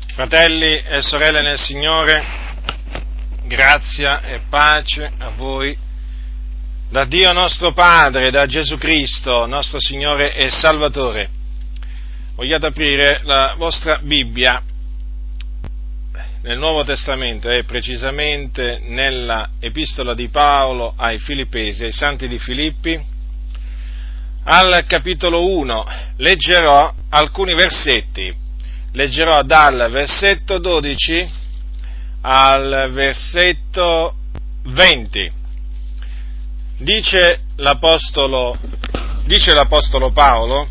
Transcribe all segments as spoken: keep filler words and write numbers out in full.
Fratelli e sorelle nel Signore, grazia e pace a voi da Dio nostro Padre, da Gesù Cristo, nostro Signore e Salvatore. Vogliate aprire la vostra Bibbia nel Nuovo Testamento e precisamente nella Epistola di Paolo ai Filippesi, ai Santi di Filippi, al capitolo uno. Leggerò alcuni versetti. Leggerò dal versetto dodici al versetto venti. Dice l'Apostolo, dice l'Apostolo Paolo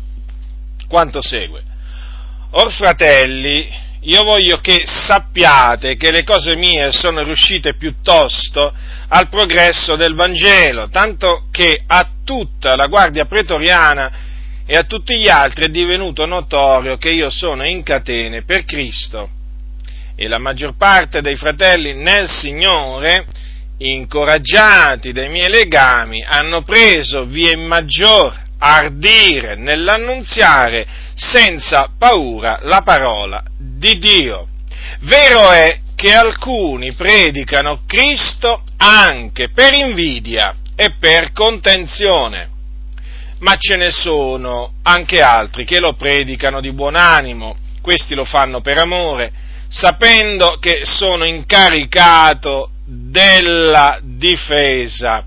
quanto segue: Or fratelli, io voglio che sappiate che le cose mie sono riuscite piuttosto al progresso del Vangelo, tanto che a tutta la guardia pretoriana e a tutti gli altri è divenuto notorio che io sono in catene per Cristo. E la maggior parte dei fratelli nel Signore, incoraggiati dai miei legami, hanno preso via in maggior ardire nell'annunziare senza paura la parola di Dio. Vero è che alcuni predicano Cristo anche per invidia e per contenzione, ma ce ne sono anche altri che lo predicano di buon animo. Questi lo fanno per amore, sapendo che sono incaricato della difesa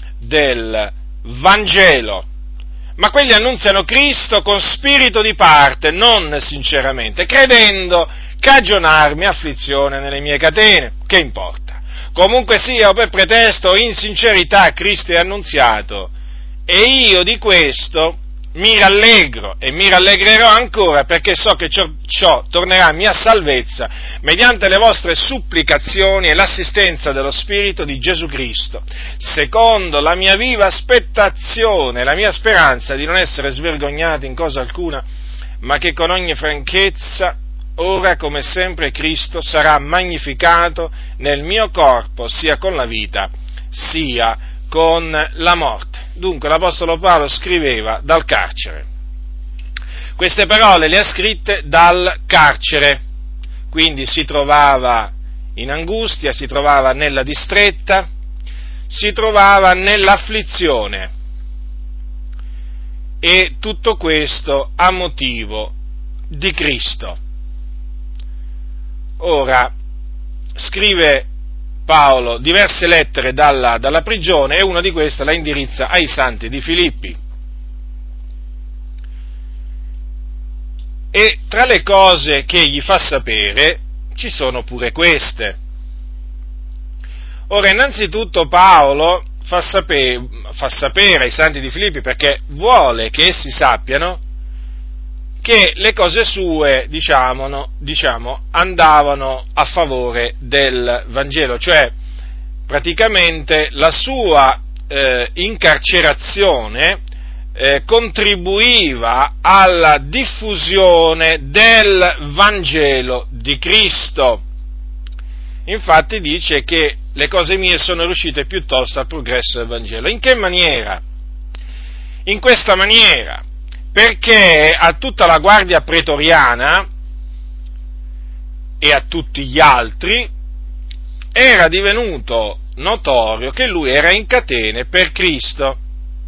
del Vangelo. Ma quelli annunziano Cristo con spirito di parte, non sinceramente, credendo cagionarmi afflizione nelle mie catene. Che importa? Comunque sia, o per pretesto o in sincerità, Cristo è annunziato, e io di questo mi rallegro e mi rallegrerò ancora, perché so che ciò, ciò tornerà a mia salvezza mediante le vostre supplicazioni e l'assistenza dello Spirito di Gesù Cristo, secondo la mia viva aspettazione, la mia speranza di non essere svergognati in cosa alcuna, ma che con ogni franchezza, ora come sempre, Cristo sarà magnificato nel mio corpo, sia con la vita, sia con la morte. Dunque l'Apostolo Paolo scriveva dal carcere. Queste parole le ha scritte dal carcere, quindi si trovava in angustia, si trovava nella distretta, si trovava nell'afflizione, e tutto questo a motivo di Cristo. Ora, scrive Paolo diverse lettere dalla, dalla prigione, e una di queste la indirizza ai Santi di Filippi. E tra le cose che gli fa sapere ci sono pure queste. Ora, innanzitutto Paolo fa sapere, fa sapere ai Santi di Filippi, perché vuole che essi sappiano che le cose sue, diciamo, no, diciamo, andavano a favore del Vangelo, cioè praticamente la sua eh, incarcerazione eh, contribuiva alla diffusione del Vangelo di Cristo. Infatti dice che le cose mie sono riuscite piuttosto al progresso del Vangelo. In che maniera? In questa maniera: perché a tutta la guardia pretoriana e a tutti gli altri era divenuto notorio che lui era in catene per Cristo.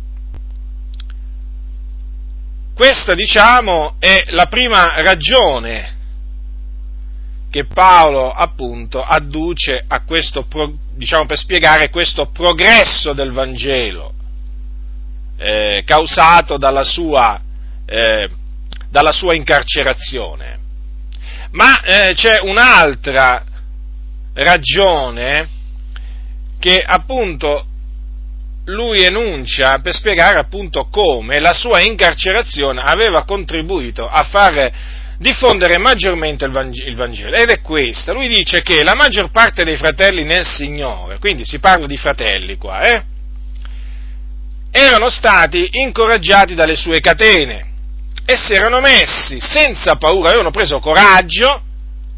Questa, diciamo, è la prima ragione che Paolo, appunto, adduce a questo, diciamo, per spiegare questo progresso del Vangelo, eh, causato dalla sua Eh, dalla sua incarcerazione. Ma eh, c'è un'altra ragione che appunto lui enuncia per spiegare appunto come la sua incarcerazione aveva contribuito a far diffondere maggiormente il Vangelo, ed è questa. Lui dice che la maggior parte dei fratelli nel Signore, quindi si parla di fratelli qua, eh, erano stati incoraggiati dalle sue catene e si erano messi senza paura, avevano preso coraggio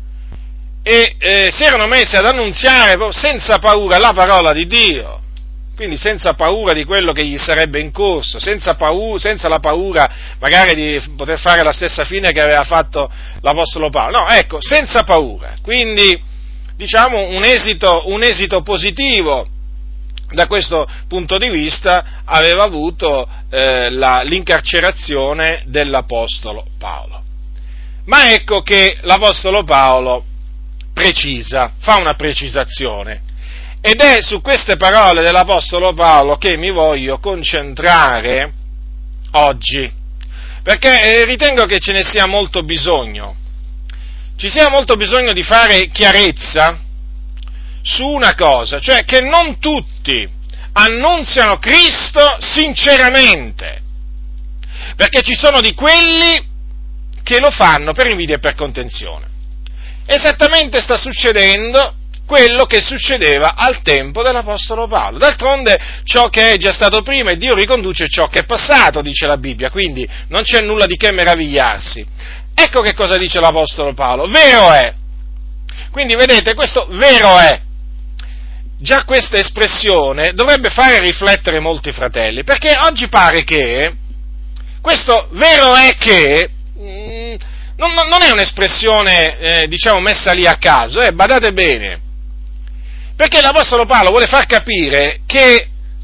e eh, si erano messi ad annunziare senza paura la parola di Dio. quindi senza paura di quello che gli sarebbe in corso, senza, paura, senza la paura magari di poter fare la stessa fine che aveva fatto l'Apostolo Paolo, no, ecco, senza paura, quindi diciamo un esito, un esito positivo. Da questo punto di vista aveva avuto eh, la, l'incarcerazione dell'Apostolo Paolo. Ma ecco che l'Apostolo Paolo precisa, fa una precisazione, ed è su queste parole dell'Apostolo Paolo che mi voglio concentrare oggi, perché ritengo che ce ne sia molto bisogno, ci sia molto bisogno di fare chiarezza su una cosa, cioè che non tutti annunziano Cristo sinceramente, perché ci sono di quelli che lo fanno per invidia e per contenzione. Esattamente sta succedendo quello che succedeva al tempo dell'Apostolo Paolo. D'altronde ciò che è già stato prima e Dio riconduce ciò che è passato, dice la Bibbia, quindi non c'è nulla di che meravigliarsi. Ecco che cosa dice l'Apostolo Paolo: vero è. Quindi vedete, questo vero è. Già questa espressione dovrebbe fare riflettere molti fratelli, perché oggi pare che questo vero è che mh, non, non è un'espressione, eh, diciamo, messa lì a caso, eh, badate bene, perché l'Apostolo Paolo vuole far capire che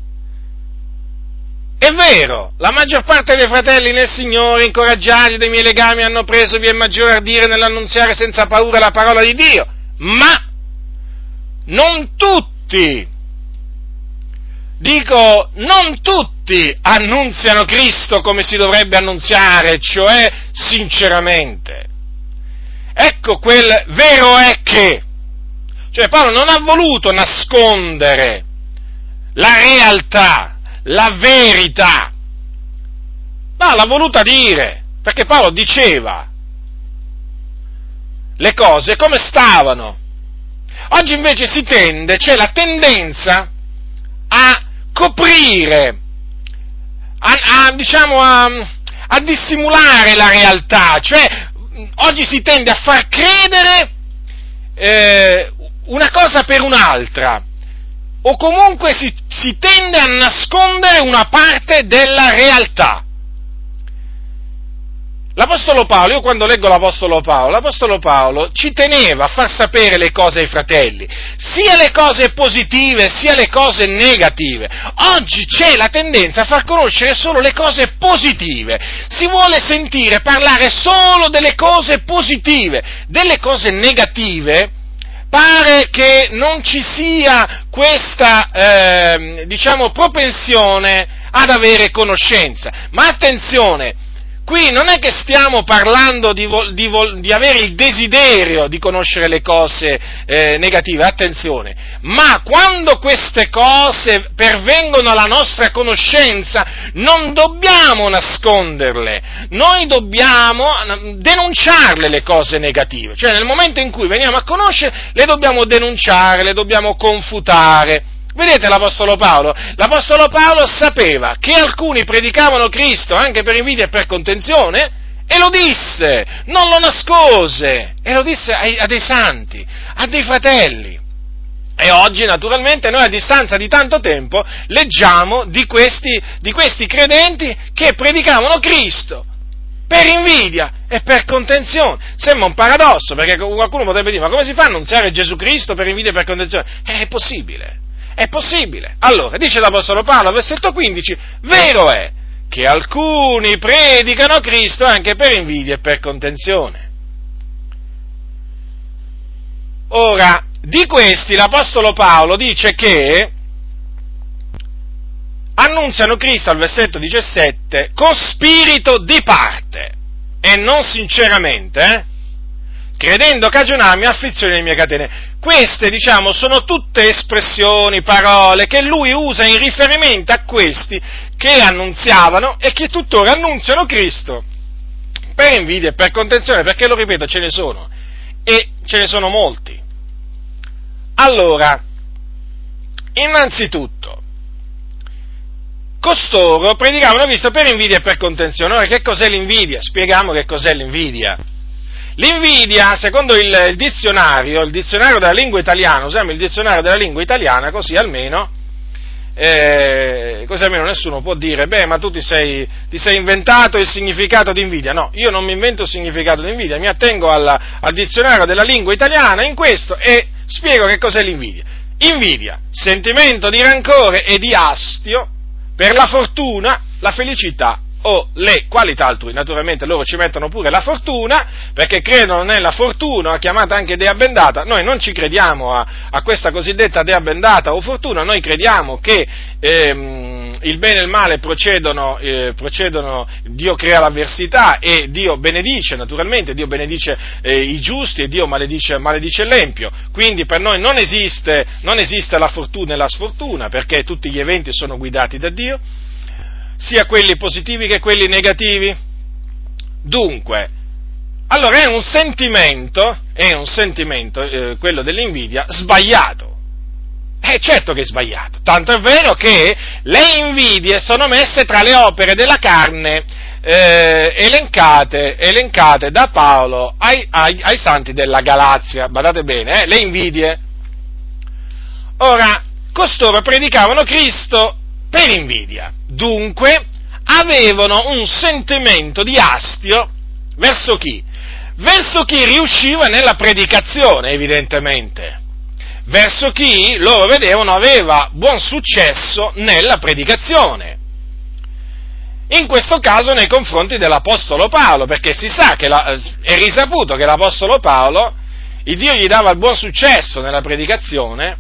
è vero, la maggior parte dei fratelli nel Signore, incoraggiati dai miei legami, hanno preso via maggiore ardire nell'annunziare senza paura la parola di Dio, ma non tutti, dico, non tutti annunziano Cristo come si dovrebbe annunziare, cioè sinceramente. Ecco quel vero è che, cioè Paolo non ha voluto nascondere la realtà, la verità, ma l'ha voluta dire, perché Paolo diceva le cose come stavano. Oggi invece si tende, c'è la tendenza a coprire, a, a diciamo a, a dissimulare la realtà, cioè oggi si tende a far credere eh, una cosa per un'altra, o comunque si, si tende a nascondere una parte della realtà. L'Apostolo Paolo, io quando leggo l'Apostolo Paolo, l'Apostolo Paolo ci teneva a far sapere le cose ai fratelli, sia le cose positive sia le cose negative. Oggi c'è la tendenza a far conoscere solo le cose positive, si vuole sentire parlare solo delle cose positive, delle cose negative pare che non ci sia questa, eh, diciamo, propensione ad avere conoscenza. Ma attenzione! Qui non è che stiamo parlando di, vo- di, vo- di avere il desiderio di conoscere le cose eh, negative, attenzione, ma quando queste cose pervengono alla nostra conoscenza non dobbiamo nasconderle, noi dobbiamo denunciarle le cose negative, cioè nel momento in cui veniamo a conoscere le dobbiamo denunciare, le dobbiamo confutare. Vedete l'Apostolo Paolo? L'Apostolo Paolo sapeva che alcuni predicavano Cristo anche per invidia e per contenzione e lo disse, non lo nascose, e lo disse ai, a dei santi, a dei fratelli. E oggi naturalmente noi a distanza di tanto tempo leggiamo di questi, di questi credenti che predicavano Cristo per invidia e per contenzione. Sembra un paradosso, perché qualcuno potrebbe dire, ma come si fa a annunziare Gesù Cristo per invidia e per contenzione? Eh, è possibile. È possibile. Allora, dice l'Apostolo Paolo, versetto quindici, vero è che alcuni predicano Cristo anche per invidia e per contenzione. Ora, di questi l'Apostolo Paolo dice che annunziano Cristo, al versetto diciassette, con spirito di parte e non sinceramente, eh? credendo cagionarmi afflizioni nelle mie catene. Queste, diciamo, sono tutte espressioni, parole che lui usa in riferimento a questi che annunziavano e che tuttora annunziano Cristo per invidia e per contenzione, perché, lo ripeto, ce ne sono, e ce ne sono molti. Allora, innanzitutto, costoro predicavano Cristo per invidia e per contenzione. Ora, che cos'è l'invidia? Spieghiamo che cos'è l'invidia. L'invidia, secondo il, il dizionario, il dizionario della lingua italiana, usiamo il dizionario della lingua italiana, così almeno eh, così almeno nessuno può dire, beh, ma tu ti sei, ti sei inventato il significato di invidia. No, io non mi invento il significato di invidia, mi attengo alla, al dizionario della lingua italiana in questo e spiego che cos'è l'invidia. Invidia, sentimento di rancore e di astio per la fortuna, la felicità o le qualità altrui. Naturalmente loro ci mettono pure la fortuna, perché credono nella fortuna, chiamata anche dea bendata. Noi non ci crediamo a, a questa cosiddetta dea bendata o fortuna, noi crediamo che ehm, il bene e il male procedono, eh, procedono, Dio crea l'avversità e Dio benedice, naturalmente, Dio benedice eh, i giusti e Dio maledice, maledice l'empio. Quindi per noi non esiste, non esiste la fortuna e la sfortuna, perché tutti gli eventi sono guidati da Dio, sia quelli positivi che quelli negativi. Dunque, allora è un sentimento, è un sentimento, eh, quello dell'invidia, sbagliato. Eh, certo che è sbagliato, tanto è vero che le invidie sono messe tra le opere della carne eh, elencate, elencate da Paolo ai, ai, ai santi della Galazia, badate bene, eh, le invidie. Ora, costoro predicavano Cristo per invidia, dunque avevano un sentimento di astio verso chi? Verso chi riusciva nella predicazione, evidentemente, verso chi loro vedevano aveva buon successo nella predicazione. In questo caso nei confronti dell'Apostolo Paolo, perché si sa che la, è risaputo che l'Apostolo Paolo, il Dio gli dava il buon successo nella predicazione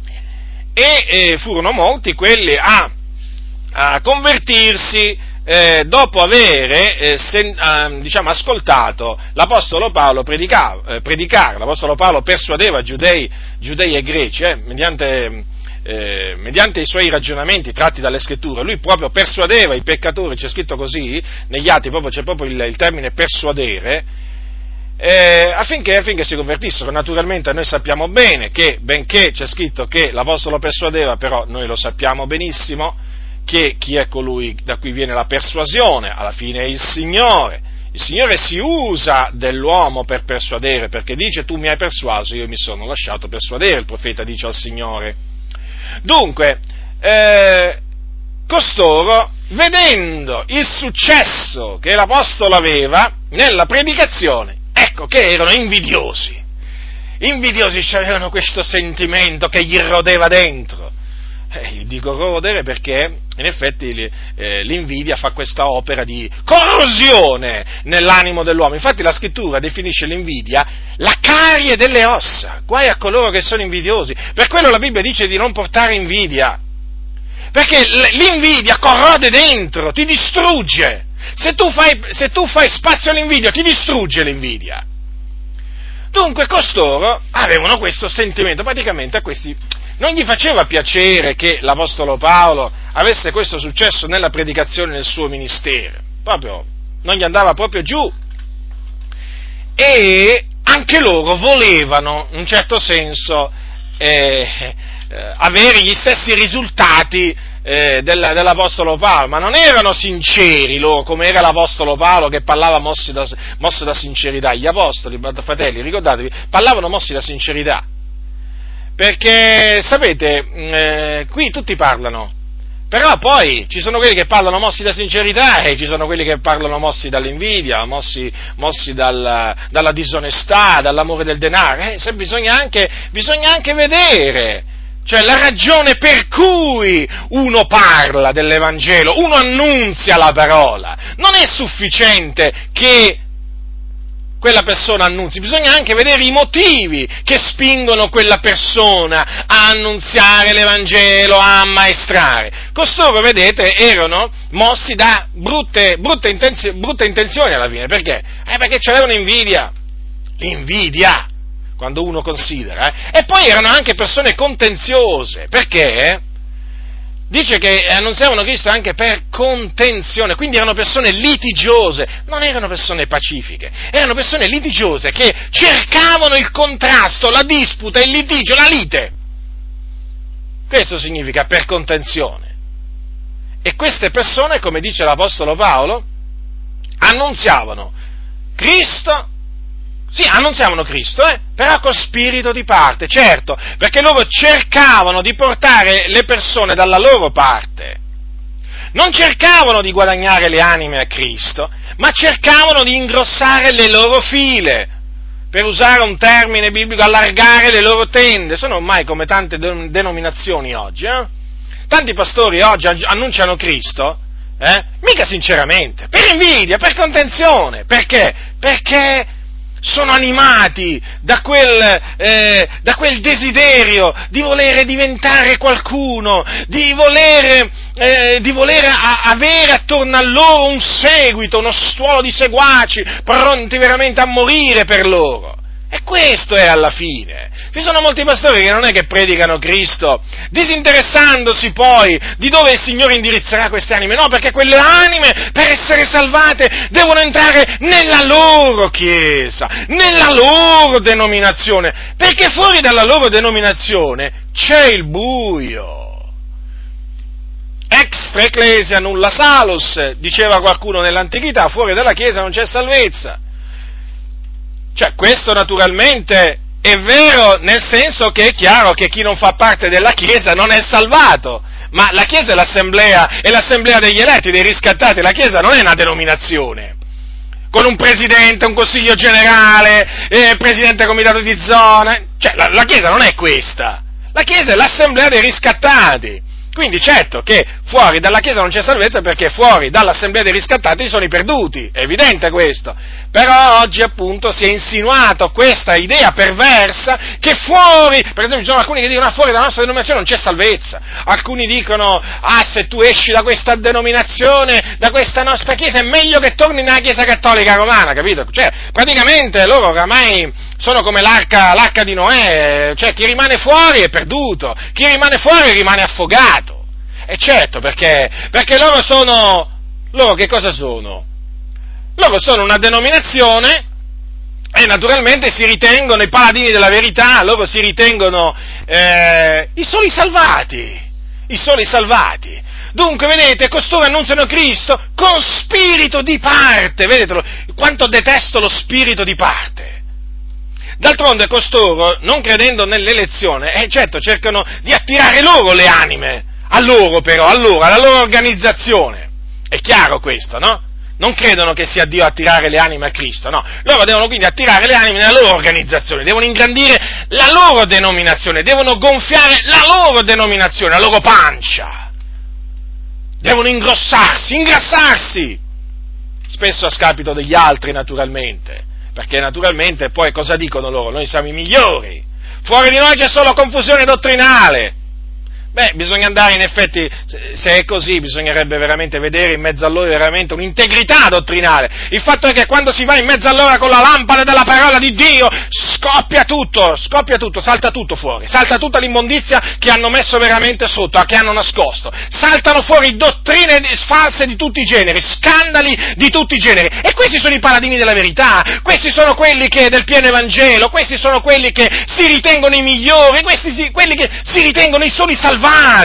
e eh, furono molti quelli a a convertirsi eh, dopo avere eh, sen, eh, diciamo, ascoltato l'Apostolo Paolo predicare, eh, predicare. L'Apostolo Paolo persuadeva giudei, giudei e greci eh, mediante, eh, mediante i suoi ragionamenti tratti dalle scritture. Lui proprio persuadeva i peccatori, c'è scritto così negli Atti, proprio, c'è proprio il, il termine persuadere, eh, affinché, affinché si convertissero. Naturalmente noi sappiamo bene che, benché c'è scritto che l'Apostolo persuadeva, però noi lo sappiamo benissimo che chi è colui da cui viene la persuasione? Alla fine è il Signore. Il Signore si usa dell'uomo per persuadere, perché dice: tu mi hai persuaso, io mi sono lasciato persuadere, il profeta dice al Signore. Dunque, eh, costoro, vedendo il successo che l'Apostolo aveva nella predicazione, ecco che erano invidiosi. Invidiosi, avevano questo sentimento che gli rodeva dentro. Eh, dico rodere perché in effetti eh, l'invidia fa questa opera di corrosione nell'animo dell'uomo. Infatti la scrittura definisce l'invidia la carie delle ossa. Guai a coloro che sono invidiosi. Per quello la Bibbia dice di non portare invidia, perché l'invidia corrode dentro, ti distrugge. Se tu fai, se tu fai spazio all'invidia, ti distrugge l'invidia. Dunque costoro avevano questo sentimento, praticamente a questi non gli faceva piacere che l'Apostolo Paolo avesse questo successo nella predicazione del suo ministero, proprio, non gli andava proprio giù, e anche loro volevano, in un certo senso, eh, eh, avere gli stessi risultati eh, del, dell'Apostolo Paolo, ma non erano sinceri loro, come era l'Apostolo Paolo che parlava mossi da, mossi da sincerità. Gli Apostoli, fratelli, ricordatevi, parlavano mossi da sincerità. Perché, sapete, eh, qui tutti parlano, però poi ci sono quelli che parlano mossi da sincerità e ci sono quelli che parlano mossi dall'invidia, mossi, mossi dal, dalla disonestà, dall'amore del denaro. Eh, se bisogna anche, bisogna anche vedere, cioè la ragione per cui uno parla dell'Evangelo, uno annunzia la parola. Non è sufficiente che quella persona annunzi, bisogna anche vedere i motivi che spingono quella persona a annunziare l'Evangelo, a ammaestrare. Costoro, vedete, erano mossi da brutte, brutte, intenzio, brutte intenzioni alla fine. Perché? Eh, perché c'avevano invidia. L'invidia, quando uno considera. Eh? E poi erano anche persone contenziose. Perché? Dice che annunziavano Cristo anche per contenzione, quindi erano persone litigiose, non erano persone pacifiche, erano persone litigiose che cercavano il contrasto, la disputa, il litigio, la lite. Questo significa per contenzione. E queste persone, come dice l'Apostolo Paolo, annunziavano Cristo Sì, annunziavano Cristo, eh, però con spirito di parte, certo, perché loro cercavano di portare le persone dalla loro parte. Non cercavano di guadagnare le anime a Cristo, ma cercavano di ingrossare le loro file, per usare un termine biblico, allargare le loro tende. Sono ormai come tante denominazioni oggi, eh? Tanti pastori oggi annunciano Cristo, eh? Mica sinceramente, per invidia, per contenzione. Perché? Perché sono animati da quel, eh, da quel desiderio di volere diventare qualcuno, di volere, eh, di volere a, avere attorno a loro un seguito, uno stuolo di seguaci, pronti veramente a morire per loro. E questo è alla fine. Ci sono molti pastori che non è che predicano Cristo disinteressandosi poi di dove il Signore indirizzerà queste anime, no, perché quelle anime, per essere salvate, devono entrare nella loro chiesa, nella loro denominazione, perché fuori dalla loro denominazione c'è il buio. Extra ecclesia nulla salus, diceva qualcuno nell'antichità, fuori dalla chiesa non c'è salvezza. Cioè, questo naturalmente è vero, nel senso che è chiaro che chi non fa parte della Chiesa non è salvato, ma la Chiesa è l'assemblea, è l'assemblea degli eletti, dei riscattati. La Chiesa non è una denominazione, con un presidente, un consiglio generale, eh, presidente comitato di zona. Cioè, la, la Chiesa non è questa, la Chiesa è l'assemblea dei riscattati. Quindi certo che fuori dalla Chiesa non c'è salvezza, perché fuori dall'assemblea dei riscattati sono i perduti, è evidente questo. Però oggi appunto si è insinuato questa idea perversa che fuori, per esempio ci sono alcuni che dicono ah, fuori dalla nostra denominazione non c'è salvezza, alcuni dicono ah, se tu esci da questa denominazione, da questa nostra Chiesa è meglio che torni nella Chiesa cattolica romana, capito? Cioè praticamente loro oramai sono come l'arca, l'arca di Noè, cioè chi rimane fuori è perduto, chi rimane fuori rimane affogato. E certo, perché, perché loro sono, loro che cosa sono? Loro sono una denominazione e naturalmente si ritengono i paladini della verità, loro si ritengono eh, i soli salvati, i soli salvati. Dunque, vedete, costoro annunziano Cristo con spirito di parte, vedete quanto detesto lo spirito di parte. D'altronde costoro, non credendo nell'elezione, eh, certo cercano di attirare loro le anime, a loro però, a loro, alla loro organizzazione. È chiaro questo, no? Non credono che sia Dio a attirare le anime a Cristo, no. Loro devono quindi attirare le anime nella loro organizzazione, devono ingrandire la loro denominazione, devono gonfiare la loro denominazione, la loro pancia. Devono ingrossarsi, ingrassarsi, spesso a scapito degli altri naturalmente, perché naturalmente poi cosa dicono loro? Noi siamo i migliori, fuori di noi c'è solo confusione dottrinale. Beh, bisogna andare in effetti, se è così, bisognerebbe veramente vedere in mezzo a loro veramente un'integrità dottrinale. Il fatto è che quando si va in mezzo a loro con la lampada della parola di Dio, scoppia tutto, scoppia tutto, salta tutto fuori, salta tutta l'immondizia che hanno messo veramente sotto, che hanno nascosto. Saltano fuori dottrine false di tutti i generi, scandali di tutti i generi. E questi sono i paladini della verità, questi sono quelli che del pieno Evangelo, questi sono quelli che si ritengono i migliori, questi si, quelli che si ritengono i soli salvati.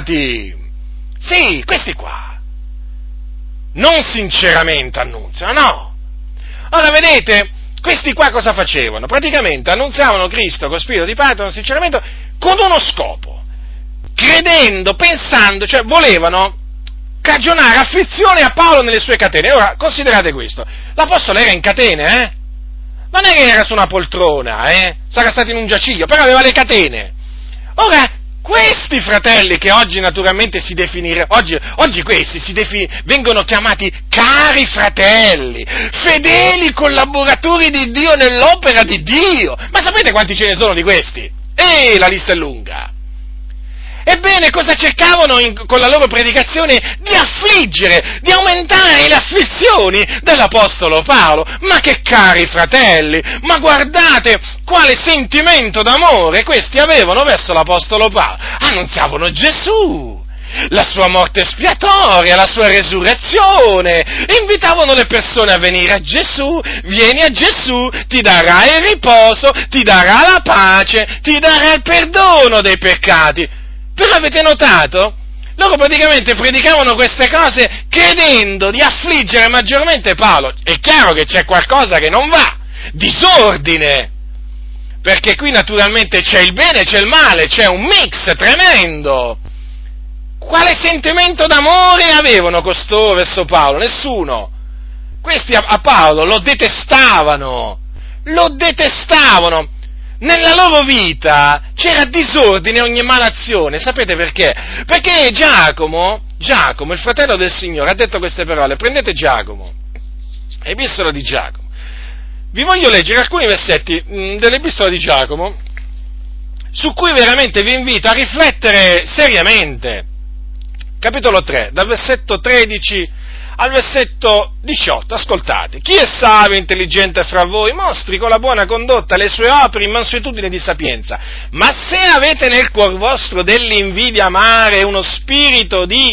Sì, questi qua non sinceramente annunziano, no. Ora vedete, questi qua cosa facevano? Praticamente annunziavano Cristo con spirito di parte, non sinceramente, con uno scopo, credendo, pensando, cioè volevano cagionare afflizione a Paolo nelle sue catene. Ora considerate questo, l'apostolo era in catene, eh? Non è che era su una poltrona, eh? Sarà stato in un giaciglio, però aveva le catene. Ora questi fratelli che oggi naturalmente si definirebbero, oggi, oggi questi si defin, vengono chiamati cari fratelli, fedeli collaboratori di Dio nell'opera di Dio. Ma sapete quanti ce ne sono di questi? E la lista è lunga. Ebbene, cosa cercavano in, con la loro predicazione? Di affliggere, di aumentare le afflizioni dell'Apostolo Paolo. Ma che cari fratelli, ma guardate quale sentimento d'amore questi avevano verso l'Apostolo Paolo. Annunziavano Gesù, la sua morte espiatoria, la sua resurrezione, invitavano le persone a venire a Gesù. Vieni a Gesù, ti darà il riposo, ti darà la pace, ti darà il perdono dei peccati. Però avete notato? Loro praticamente predicavano queste cose credendo di affliggere maggiormente Paolo. È chiaro che c'è qualcosa che non va, disordine, perché qui naturalmente c'è il bene e c'è il male, c'è un mix tremendo. Quale sentimento d'amore avevano costoro verso Paolo? Nessuno. Questi a, a Paolo lo detestavano, lo detestavano. Nella loro vita c'era disordine e ogni malazione. Sapete perché? Perché Giacomo, Giacomo, il fratello del Signore, ha detto queste parole. Prendete Giacomo, Epistola di Giacomo. Vi voglio leggere alcuni versetti mh, dell'Epistola di Giacomo, su cui veramente vi invito a riflettere seriamente. Capitolo tre, dal versetto tredici al versetto diciotto, ascoltate. Chi è savio e intelligente fra voi, mostri con la buona condotta le sue opere in mansuetudine di sapienza. Ma se avete nel cuor vostro dell'invidia amara e uno spirito di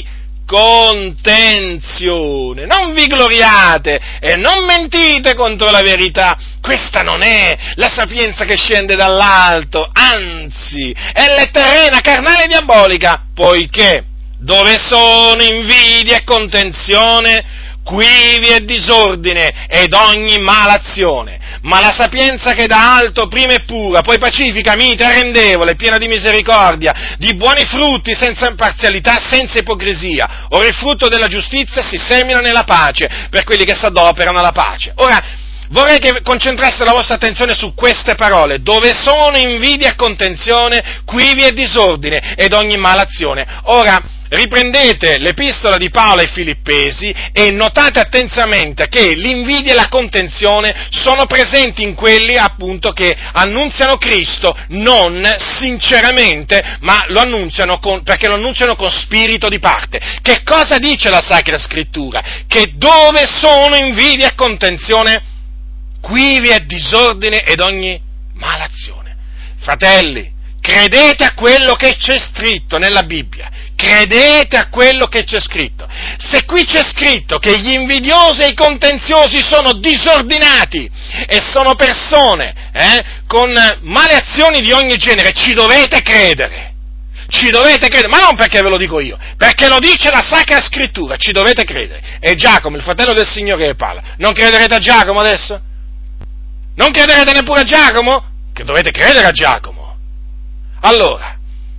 contenzione, non vi gloriate e non mentite contro la verità. Questa non è la sapienza che scende dall'alto, anzi, è terrena, carnale e diabolica, poiché dove sono invidia e contenzione, quivi e disordine ed ogni malazione. Ma la sapienza che da alto prima è pura, poi pacifica, mite, arrendevole, piena di misericordia, di buoni frutti, senza imparzialità, senza ipocrisia. Ora il frutto della giustizia si semina nella pace, per quelli che s'adoperano alla pace. Ora, vorrei che concentraste la vostra attenzione su queste parole: dove sono invidia e contenzione, quivi e disordine ed ogni malazione. Ora, riprendete l'epistola di Paolo ai Filippesi e notate attentamente che l'invidia e la contenzione sono presenti in quelli appunto che annunziano Cristo non sinceramente, ma lo annunziano con, perché lo annunziano con spirito di parte. Che cosa dice la Sacra Scrittura? Che dove sono invidia e contenzione, quivi e disordine ed ogni malazione. Fratelli, credete a quello che c'è scritto nella Bibbia. Credete a quello che c'è scritto. Se qui c'è scritto che gli invidiosi e i contenziosi sono disordinati e sono persone eh, con male azioni di ogni genere, ci dovete credere. Ci dovete credere, ma non perché ve lo dico io, perché lo dice la Sacra Scrittura, ci dovete credere. E Giacomo, il fratello del Signore, che parla. Non crederete a Giacomo adesso? Non crederete neppure a Giacomo? Che dovete credere a Giacomo. Allora,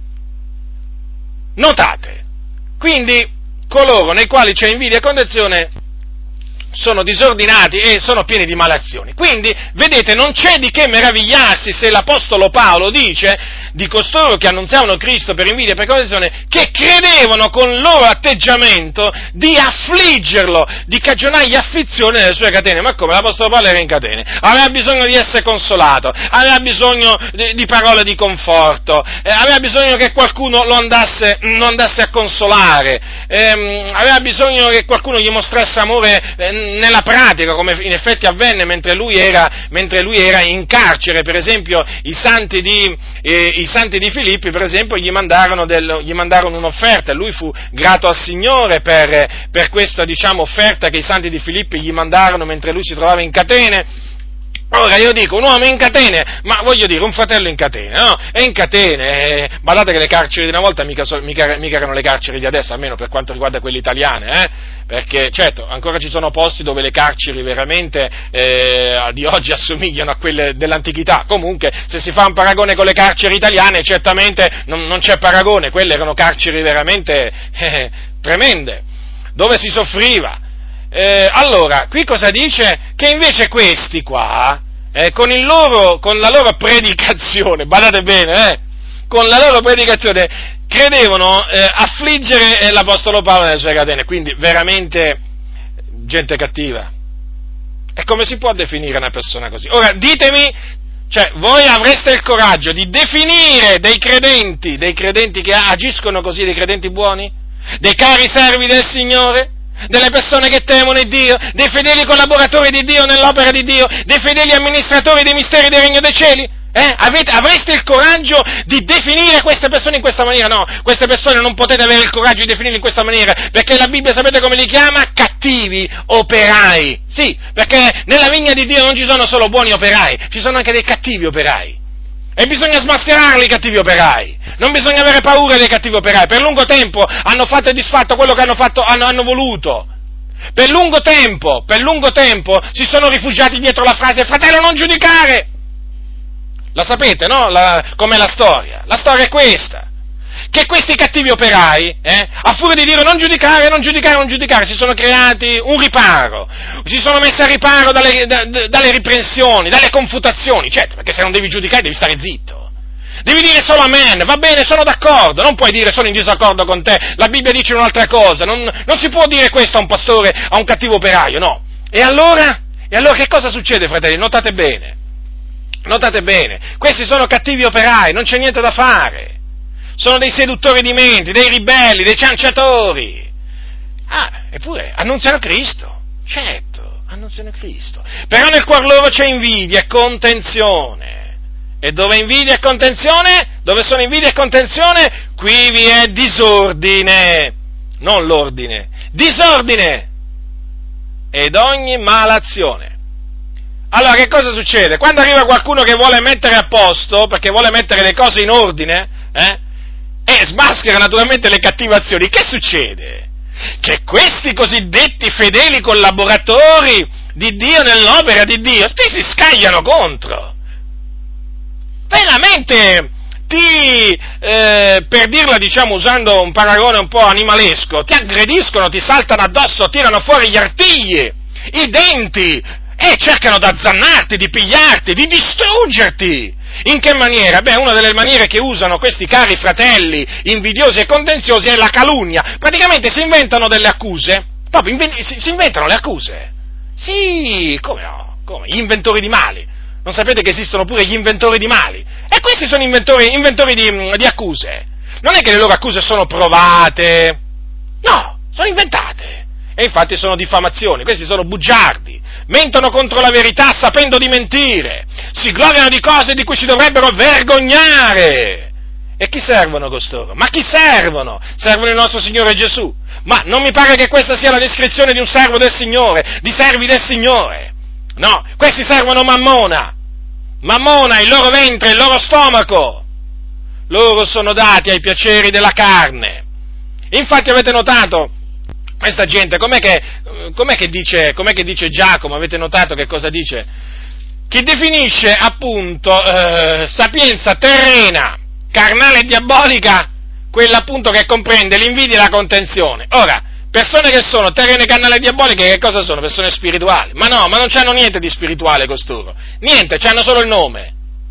notate, quindi coloro nei quali c'è invidia e contenzione sono disordinati e sono pieni di malazioni. Quindi, vedete, non c'è di che meravigliarsi se l'Apostolo Paolo dice di costoro che annunziavano Cristo per invidia e per contenzione, che credevano con il loro atteggiamento di affliggerlo, di cagionargli afflizione nelle sue catene. Ma come? L'Apostolo Paolo era in catene, aveva bisogno di essere consolato, aveva bisogno di, di parole di conforto, eh, aveva bisogno che qualcuno lo andasse, lo andasse a consolare, ehm, aveva bisogno che qualcuno gli mostrasse amore eh, nella pratica, come in effetti avvenne mentre lui era, mentre lui era in carcere. Per esempio i santi di, eh, i santi di Filippi, per esempio, gli mandarono, del, gli mandarono un'offerta, e lui fu grato al Signore per, per questa, diciamo, offerta che i santi di Filippi gli mandarono mentre lui si trovava in catene. Ora io dico, un uomo in catene, ma voglio dire, un fratello in catene, no? È in catene, eh, badate che le carceri di una volta mica, so, mica, mica erano le carceri di adesso, almeno per quanto riguarda quelle italiane, eh? Perché, certo, ancora ci sono posti dove le carceri veramente eh, di oggi assomigliano a quelle dell'antichità. Comunque, se si fa un paragone con le carceri italiane, certamente non, non c'è paragone, quelle erano carceri veramente eh, tremende, dove si soffriva. Eh, allora, qui cosa dice? Che invece questi qua, eh, con, il loro, con la loro predicazione, badate bene, eh, con la loro predicazione credevano eh, affliggere eh, l'Apostolo Paolo nelle sue catene, quindi veramente gente cattiva. E come si può definire una persona così? Ora, ditemi, cioè, voi avreste il coraggio di definire dei credenti, dei credenti che agiscono così, dei credenti buoni? Dei cari servi del Signore? Delle persone che temono il Dio, dei fedeli collaboratori di Dio nell'opera di Dio, dei fedeli amministratori dei misteri del Regno dei Cieli? Eh? Avete, avreste il coraggio di definire queste persone in questa maniera? No, queste persone non potete avere il coraggio di definirle in questa maniera, perché la Bibbia sapete come li chiama? Cattivi operai. Sì, perché nella vigna di Dio non ci sono solo buoni operai, ci sono anche dei cattivi operai. E bisogna smascherarli i cattivi operai, non bisogna avere paura dei cattivi operai. Per lungo tempo hanno fatto e disfatto quello che hanno fatto, hanno, hanno voluto, Per lungo tempo, per lungo tempo si sono rifugiati dietro la frase fratello non giudicare. La sapete, no? La, com'è la storia? La storia è questa. Che questi cattivi operai, eh, a furia di dire non giudicare, non giudicare, non giudicare, si sono creati un riparo, si sono messi a riparo dalle, da, dalle riprensioni, dalle confutazioni, certo, perché se non devi giudicare devi stare zitto, devi dire solo amen, va bene, sono d'accordo, non puoi dire sono in disaccordo con te, la Bibbia dice un'altra cosa, non, non si può dire questo a un pastore, a un cattivo operaio, no. E allora? E allora che cosa succede, fratelli? Notate bene, notate bene, questi sono cattivi operai, non c'è niente da fare. Sono dei seduttori di menti, dei ribelli, dei cianciatori. Ah, eppure annunziano Cristo. Certo, annunziano Cristo. Però nel cuor loro c'è invidia e contenzione. E dove invidia e contenzione? Dove sono invidia e contenzione? Qui vi è disordine. Non l'ordine. Disordine. Ed ogni malazione. Allora, che cosa succede? Quando arriva qualcuno che vuole mettere a posto, perché vuole mettere le cose in ordine, eh? E smaschera naturalmente le cattive azioni, che succede? Che questi cosiddetti fedeli collaboratori di Dio nell'opera di Dio, sti si scagliano contro. Veramente, ti, eh, per dirla diciamo usando un paragone un po' animalesco, ti aggrediscono, ti saltano addosso, tirano fuori gli artigli, i denti, e cercano d'azzannarti, di pigliarti, di distruggerti. In che maniera? Beh, una delle maniere che usano questi cari fratelli invidiosi e contenziosi è la calunnia. Praticamente si inventano delle accuse, proprio inven- si, si inventano le accuse. Sì, come no? Come? Gli inventori di mali. Non sapete che esistono pure gli inventori di mali? E questi sono inventori, inventori di, di accuse. Non è che le loro accuse sono provate, no, sono inventate. E infatti sono diffamazioni, questi sono bugiardi, mentono contro la verità sapendo di mentire, si gloriano di cose di cui si dovrebbero vergognare. E chi servono costoro? Ma chi servono? Servono il nostro Signore Gesù. Ma non mi pare che questa sia la descrizione di un servo del Signore, di servi del Signore. No, questi servono Mammona. Mammona, il loro ventre, il loro stomaco. Loro sono dati ai piaceri della carne. Infatti avete notato, questa gente, com'è che, com'è che dice, com'è che dice Giacomo, avete notato che cosa dice? Che definisce appunto eh, sapienza terrena, carnale e diabolica, quella appunto che comprende l'invidia e la contenzione. Ora, persone che sono terrene, carnali e diaboliche, che cosa sono? Persone spirituali. Ma no, ma non c'hanno niente di spirituale costoro. Niente, c'hanno solo il nome.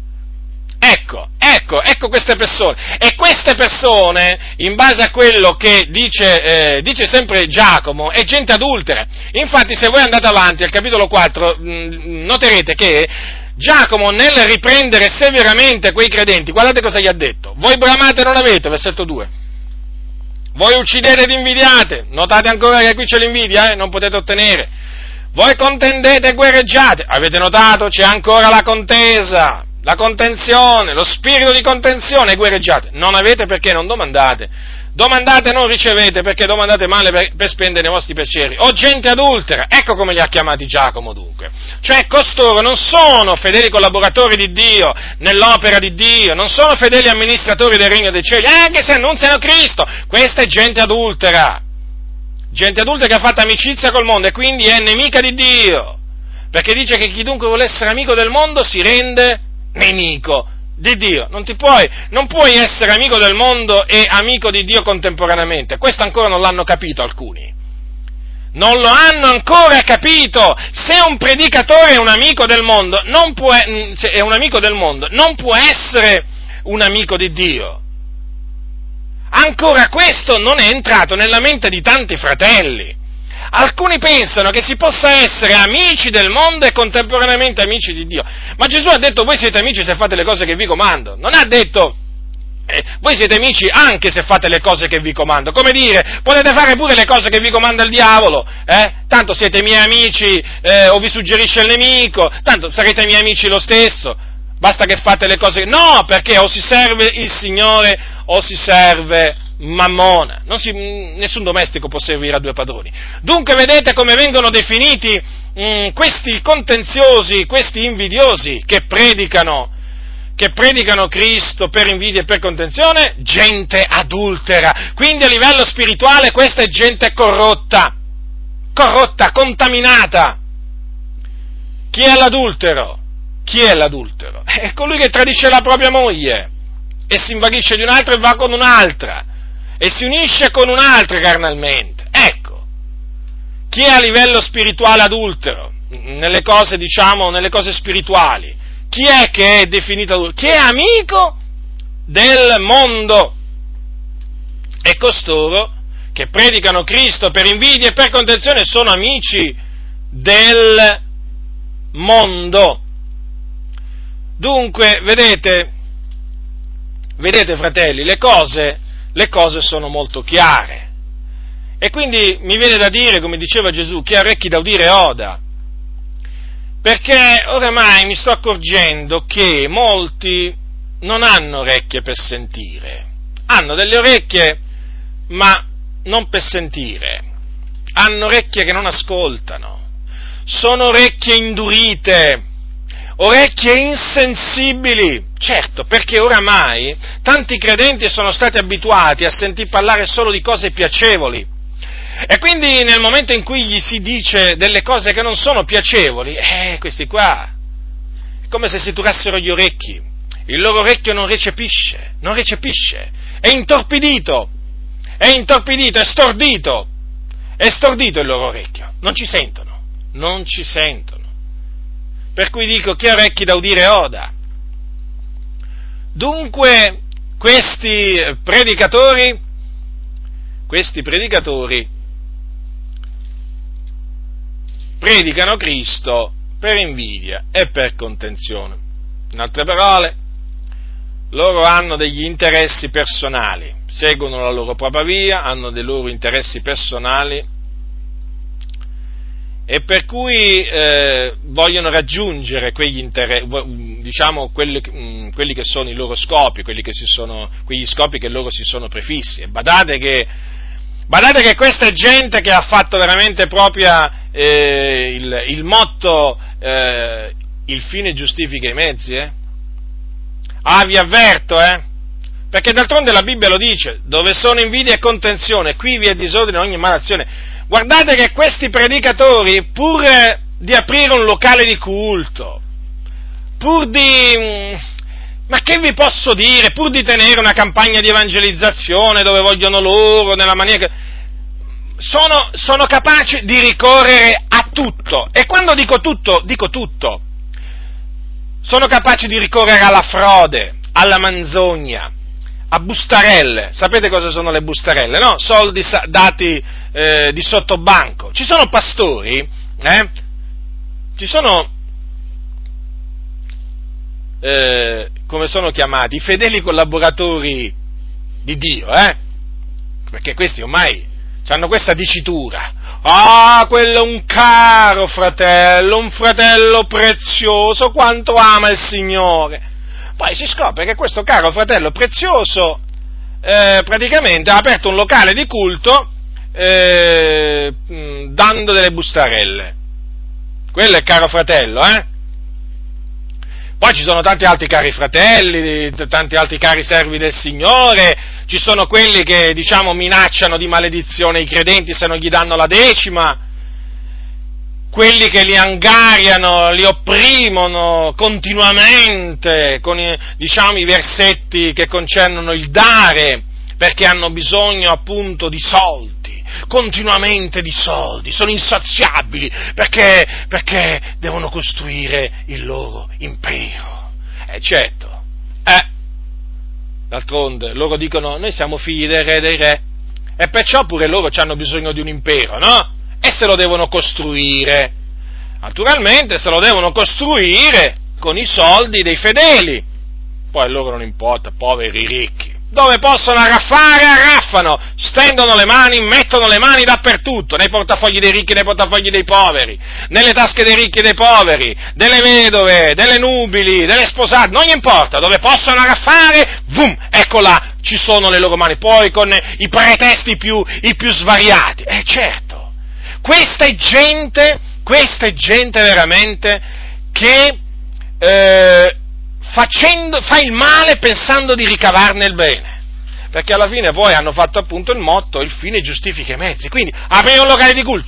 Ecco, ecco, ecco queste persone. E queste persone, in base a quello che dice, eh, dice sempre Giacomo, è gente adultera. Infatti, se voi andate avanti al capitolo quattro, mh, noterete che Giacomo, nel riprendere severamente quei credenti, guardate cosa gli ha detto. Voi bramate non avete, versetto due. Voi uccidete ed invidiate. Notate ancora che qui c'è l'invidia, eh? Non potete ottenere. Voi contendete e guerreggiate. Avete notato? C'è ancora la contesa. La contenzione, lo spirito di contenzione, guerreggiate. Non avete perché non domandate. Domandate e non ricevete perché domandate male per, per spendere i vostri piaceri. O gente adultera, ecco come li ha chiamati Giacomo dunque. Cioè costoro non sono fedeli collaboratori di Dio, nell'opera di Dio, non sono fedeli amministratori del regno dei cieli, anche se annunziano Cristo. Questa è gente adultera. Gente adultera che ha fatto amicizia col mondo e quindi è nemica di Dio. Perché dice che chiunque vuole essere amico del mondo si rende nemico di Dio. Non ti puoi, non puoi essere amico del mondo e amico di Dio contemporaneamente. Questo ancora non l'hanno capito alcuni. Non lo hanno ancora capito. Se un predicatore è un amico del mondo, non può, se è un amico del mondo, non può essere un amico di Dio. Ancora questo non è entrato nella mente di tanti fratelli. Alcuni pensano che si possa essere amici del mondo e contemporaneamente amici di Dio. Ma Gesù ha detto voi siete amici se fate le cose che vi comando. Non ha detto eh, voi siete amici anche se fate le cose che vi comando. Come dire, potete fare pure le cose che vi comanda il diavolo, eh? Tanto siete miei amici eh, o vi suggerisce il nemico, tanto sarete miei amici lo stesso. Basta che fate le cose... No, perché o si serve il Signore o si serve Mammona. Non si, nessun domestico può servire a due padroni. Dunque vedete come vengono definiti mh, questi contenziosi, questi invidiosi che predicano, che predicano Cristo per invidia e per contenzione? Gente adultera. Quindi a livello spirituale questa è gente corrotta. corrotta, contaminata. Chi è l'adultero? Chi è l'adultero? È colui che tradisce la propria moglie e si invaghisce di un'altra e va con un'altra e si unisce con un'altra carnalmente. Ecco, chi è a livello spirituale adultero? Nelle cose, diciamo, nelle cose spirituali. Chi è che è definito adultero? Chi è amico del mondo? E costoro che predicano Cristo per invidia e per contenzione sono amici del mondo. Dunque, vedete, vedete fratelli, le cose, le cose sono molto chiare. E quindi mi viene da dire, come diceva Gesù, chi ha orecchi da udire oda. Perché oramai mi sto accorgendo che molti non hanno orecchie per sentire. Hanno delle orecchie, ma non per sentire. Hanno orecchie che non ascoltano. Sono orecchie indurite, orecchie insensibili. Certo, perché oramai tanti credenti sono stati abituati a sentir parlare solo di cose piacevoli. E quindi nel momento in cui gli si dice delle cose che non sono piacevoli, eh, questi qua, è come se si turassero gli orecchi. Il loro orecchio non recepisce, non recepisce, è intorpidito, è intorpidito, è stordito, è stordito il loro orecchio, non ci sentono, non ci sentono. Per cui dico, chi ha orecchi da udire oda. Dunque, questi predicatori, questi predicatori predicano Cristo per invidia e per contenzione. In altre parole, loro hanno degli interessi personali, seguono la loro propria via, hanno dei loro interessi personali e per cui eh, vogliono raggiungere quegli interessi, diciamo quelli, quelli che sono i loro scopi, quelli che si sono, quegli scopi che loro si sono prefissi. E badate che Badate che questa è gente che ha fatto veramente propria eh, il, il motto eh, il fine giustifica i mezzi, eh? Ah, vi avverto, eh? Perché d'altronde la Bibbia lo dice, dove sono invidia e contenzione, qui vi è disordine ogni malazione. Guardate che questi predicatori, pur di aprire un locale di culto, pur di... Ma che vi posso dire, pur di tenere una campagna di evangelizzazione dove vogliono loro, nella maniera che... Sono, sono capaci di ricorrere a tutto, e quando dico tutto, dico tutto. Sono capaci di ricorrere alla frode, alla menzogna, a bustarelle. Sapete cosa sono le bustarelle, no? Soldi dati eh, di sottobanco. Ci sono pastori, eh? Ci sono... Eh, come sono chiamati, i fedeli collaboratori di Dio, eh? Perché questi ormai hanno questa dicitura, ah, quello è un caro fratello, un fratello prezioso, quanto ama il Signore. Poi si scopre che questo caro fratello prezioso eh, praticamente ha aperto un locale di culto eh, dando delle bustarelle. Quello è caro fratello, eh? Poi ci sono tanti altri cari fratelli, tanti altri cari servi del Signore, ci sono quelli che, diciamo, minacciano di maledizione i credenti se non gli danno la decima, quelli che li angariano, li opprimono continuamente con, diciamo, i versetti che concernono il dare, perché hanno bisogno appunto di soldi. Continuamente di soldi, sono insaziabili perché, perché devono costruire il loro impero. Eh certo, eh, d'altronde loro dicono noi siamo figli del re dei re e perciò pure loro hanno bisogno di un impero, no? E se lo devono costruire, naturalmente se lo devono costruire con i soldi dei fedeli, poi a loro non importa, poveri ricchi. Dove possono arraffare, arraffano, stendono le mani, mettono le mani dappertutto, nei portafogli dei ricchi, nei portafogli dei poveri, nelle tasche dei ricchi e dei poveri, delle vedove, delle nubili, delle sposate, non gli importa, dove possono arraffare, vum, ecco là, ci sono le loro mani, poi con i pretesti più, i più svariati. Eh certo, questa è gente, questa è gente veramente che... Eh, Facendo, fa il male pensando di ricavarne il bene, perché alla fine poi hanno fatto appunto il motto, il fine giustifica i mezzi, quindi aprire un locale di culto,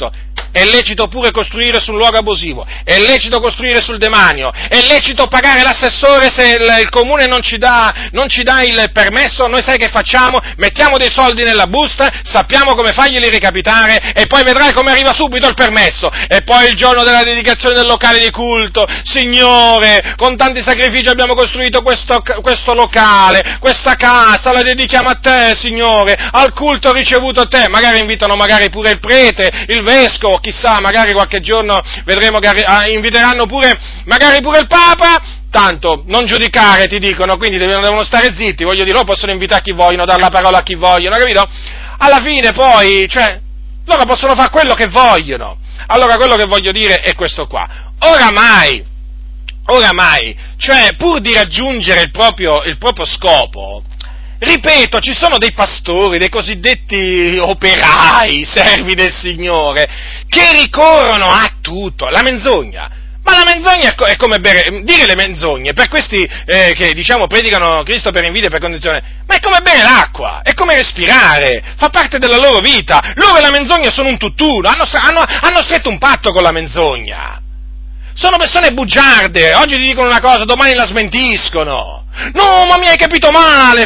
è lecito pure costruire sul luogo abusivo, è lecito costruire sul demanio, è lecito pagare l'assessore se il, il comune non ci dà, non ci dà il permesso, noi sai che facciamo? Mettiamo dei soldi nella busta, sappiamo come farglieli recapitare e poi vedrai come arriva subito il permesso. E poi il giorno della dedicazione del locale di culto, Signore, con tanti sacrifici abbiamo costruito questo, questo locale, questa casa, la dedichiamo a te, Signore, al culto ricevuto a te. Magari invitano magari pure il prete, il vescovo, chissà, magari qualche giorno vedremo che inviteranno pure, magari pure il Papa. Tanto, non giudicare, ti dicono, quindi devono stare zitti, voglio dire, loro possono invitare chi vogliono, dare la parola a chi vogliono, capito? Alla fine poi, cioè, loro possono fare quello che vogliono. Allora, quello che voglio dire è questo qua. Oramai, oramai, cioè, pur di raggiungere il proprio, il proprio scopo, ripeto, ci sono dei pastori, dei cosiddetti operai, servi del Signore, che ricorrono a tutto, la menzogna. Ma la menzogna è come bere, dire le menzogne, per questi eh, che diciamo predicano Cristo per invidia e per condizione, ma è come bere l'acqua, è come respirare, fa parte della loro vita. Loro e la menzogna sono un tutt'uno, hanno, hanno, hanno stretto un patto con la menzogna. Sono persone bugiarde, oggi ti dicono una cosa, domani la smentiscono. No, ma mi hai capito male,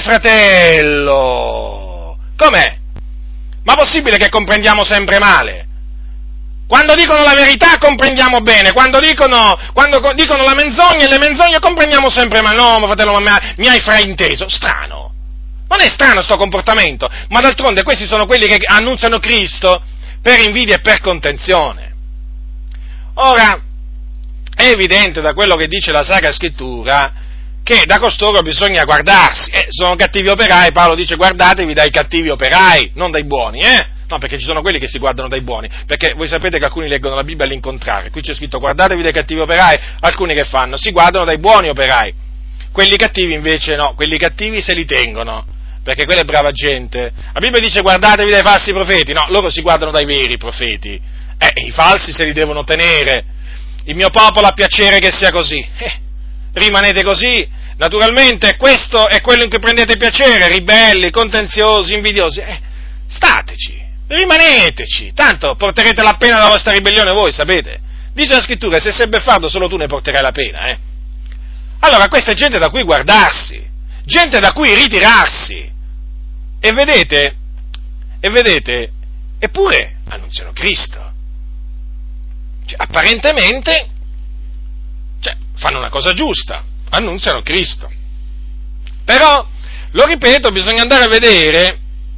fratello. Com'è? Ma possibile che comprendiamo sempre male? Quando dicono la verità comprendiamo bene, quando dicono, quando dicono la menzogna e le menzogne comprendiamo sempre male. No, ma fratello, ma mi hai frainteso. Strano. Non è strano sto comportamento, ma d'altronde questi sono quelli che annunziano Cristo per invidia e per contenzione. Ora, è evidente da quello che dice la Sacra Scrittura che da costoro bisogna guardarsi. Eh, sono cattivi operai, Paolo dice guardatevi dai cattivi operai, non dai buoni, eh? No, perché ci sono quelli che si guardano dai buoni, perché voi sapete che alcuni leggono la Bibbia all'incontrario, qui c'è scritto guardatevi dai cattivi operai, alcuni che fanno? Si guardano dai buoni operai, quelli cattivi invece no, quelli cattivi se li tengono, perché quella è brava gente. La Bibbia dice guardatevi dai falsi profeti, no, loro si guardano dai veri profeti, eh, i falsi se li devono tenere, il mio popolo ha piacere che sia così, eh, rimanete così, naturalmente questo è quello in cui prendete piacere, ribelli, contenziosi, invidiosi, eh, stateci. Rimaneteci, tanto porterete la pena della vostra ribellione voi, sapete? Dice la Scrittura, se sei beffardo solo tu ne porterai la pena, eh? Allora questa è gente da cui guardarsi, gente da cui ritirarsi, e vedete, e vedete, eppure annunziano Cristo. Cioè, apparentemente, cioè, fanno una cosa giusta, annunziano Cristo. Però, lo ripeto, bisogna andare a vedere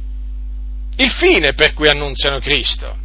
il fine per cui annunziano Cristo,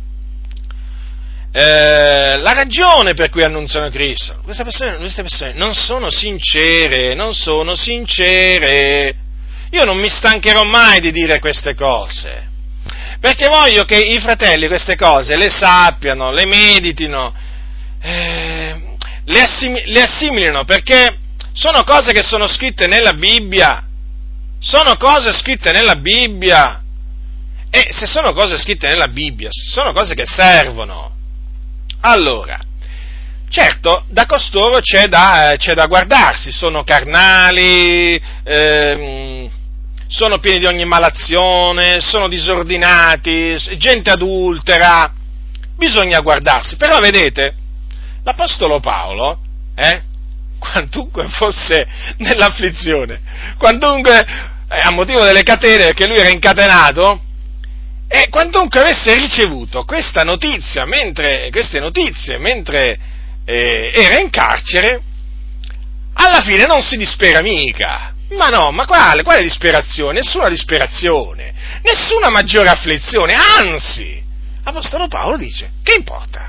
eh, la ragione per cui annunziano Cristo. Queste persone, queste persone non sono sincere, non sono sincere. Io non mi stancherò mai di dire queste cose, perché voglio che i fratelli queste cose le sappiano, le meditino, eh, le, assim- le assimilino, perché sono cose che sono scritte nella Bibbia, sono cose scritte nella Bibbia. E se sono cose scritte nella Bibbia, sono cose che servono. Allora, certo, da costoro c'è da, c'è da guardarsi, sono carnali, ehm, sono pieni di ogni malazione, sono disordinati, gente adultera, bisogna guardarsi. Però vedete, l'Apostolo Paolo, eh, quantunque fosse nell'afflizione, quantunque eh, a motivo delle catene, perché lui era incatenato, e quantunque avesse ricevuto questa notizia, mentre, queste notizie, mentre eh, era in carcere, alla fine non si dispera mica. Ma no, ma quale, quale disperazione? Nessuna disperazione, nessuna maggiore afflizione, anzi, Apostolo Paolo dice, che importa?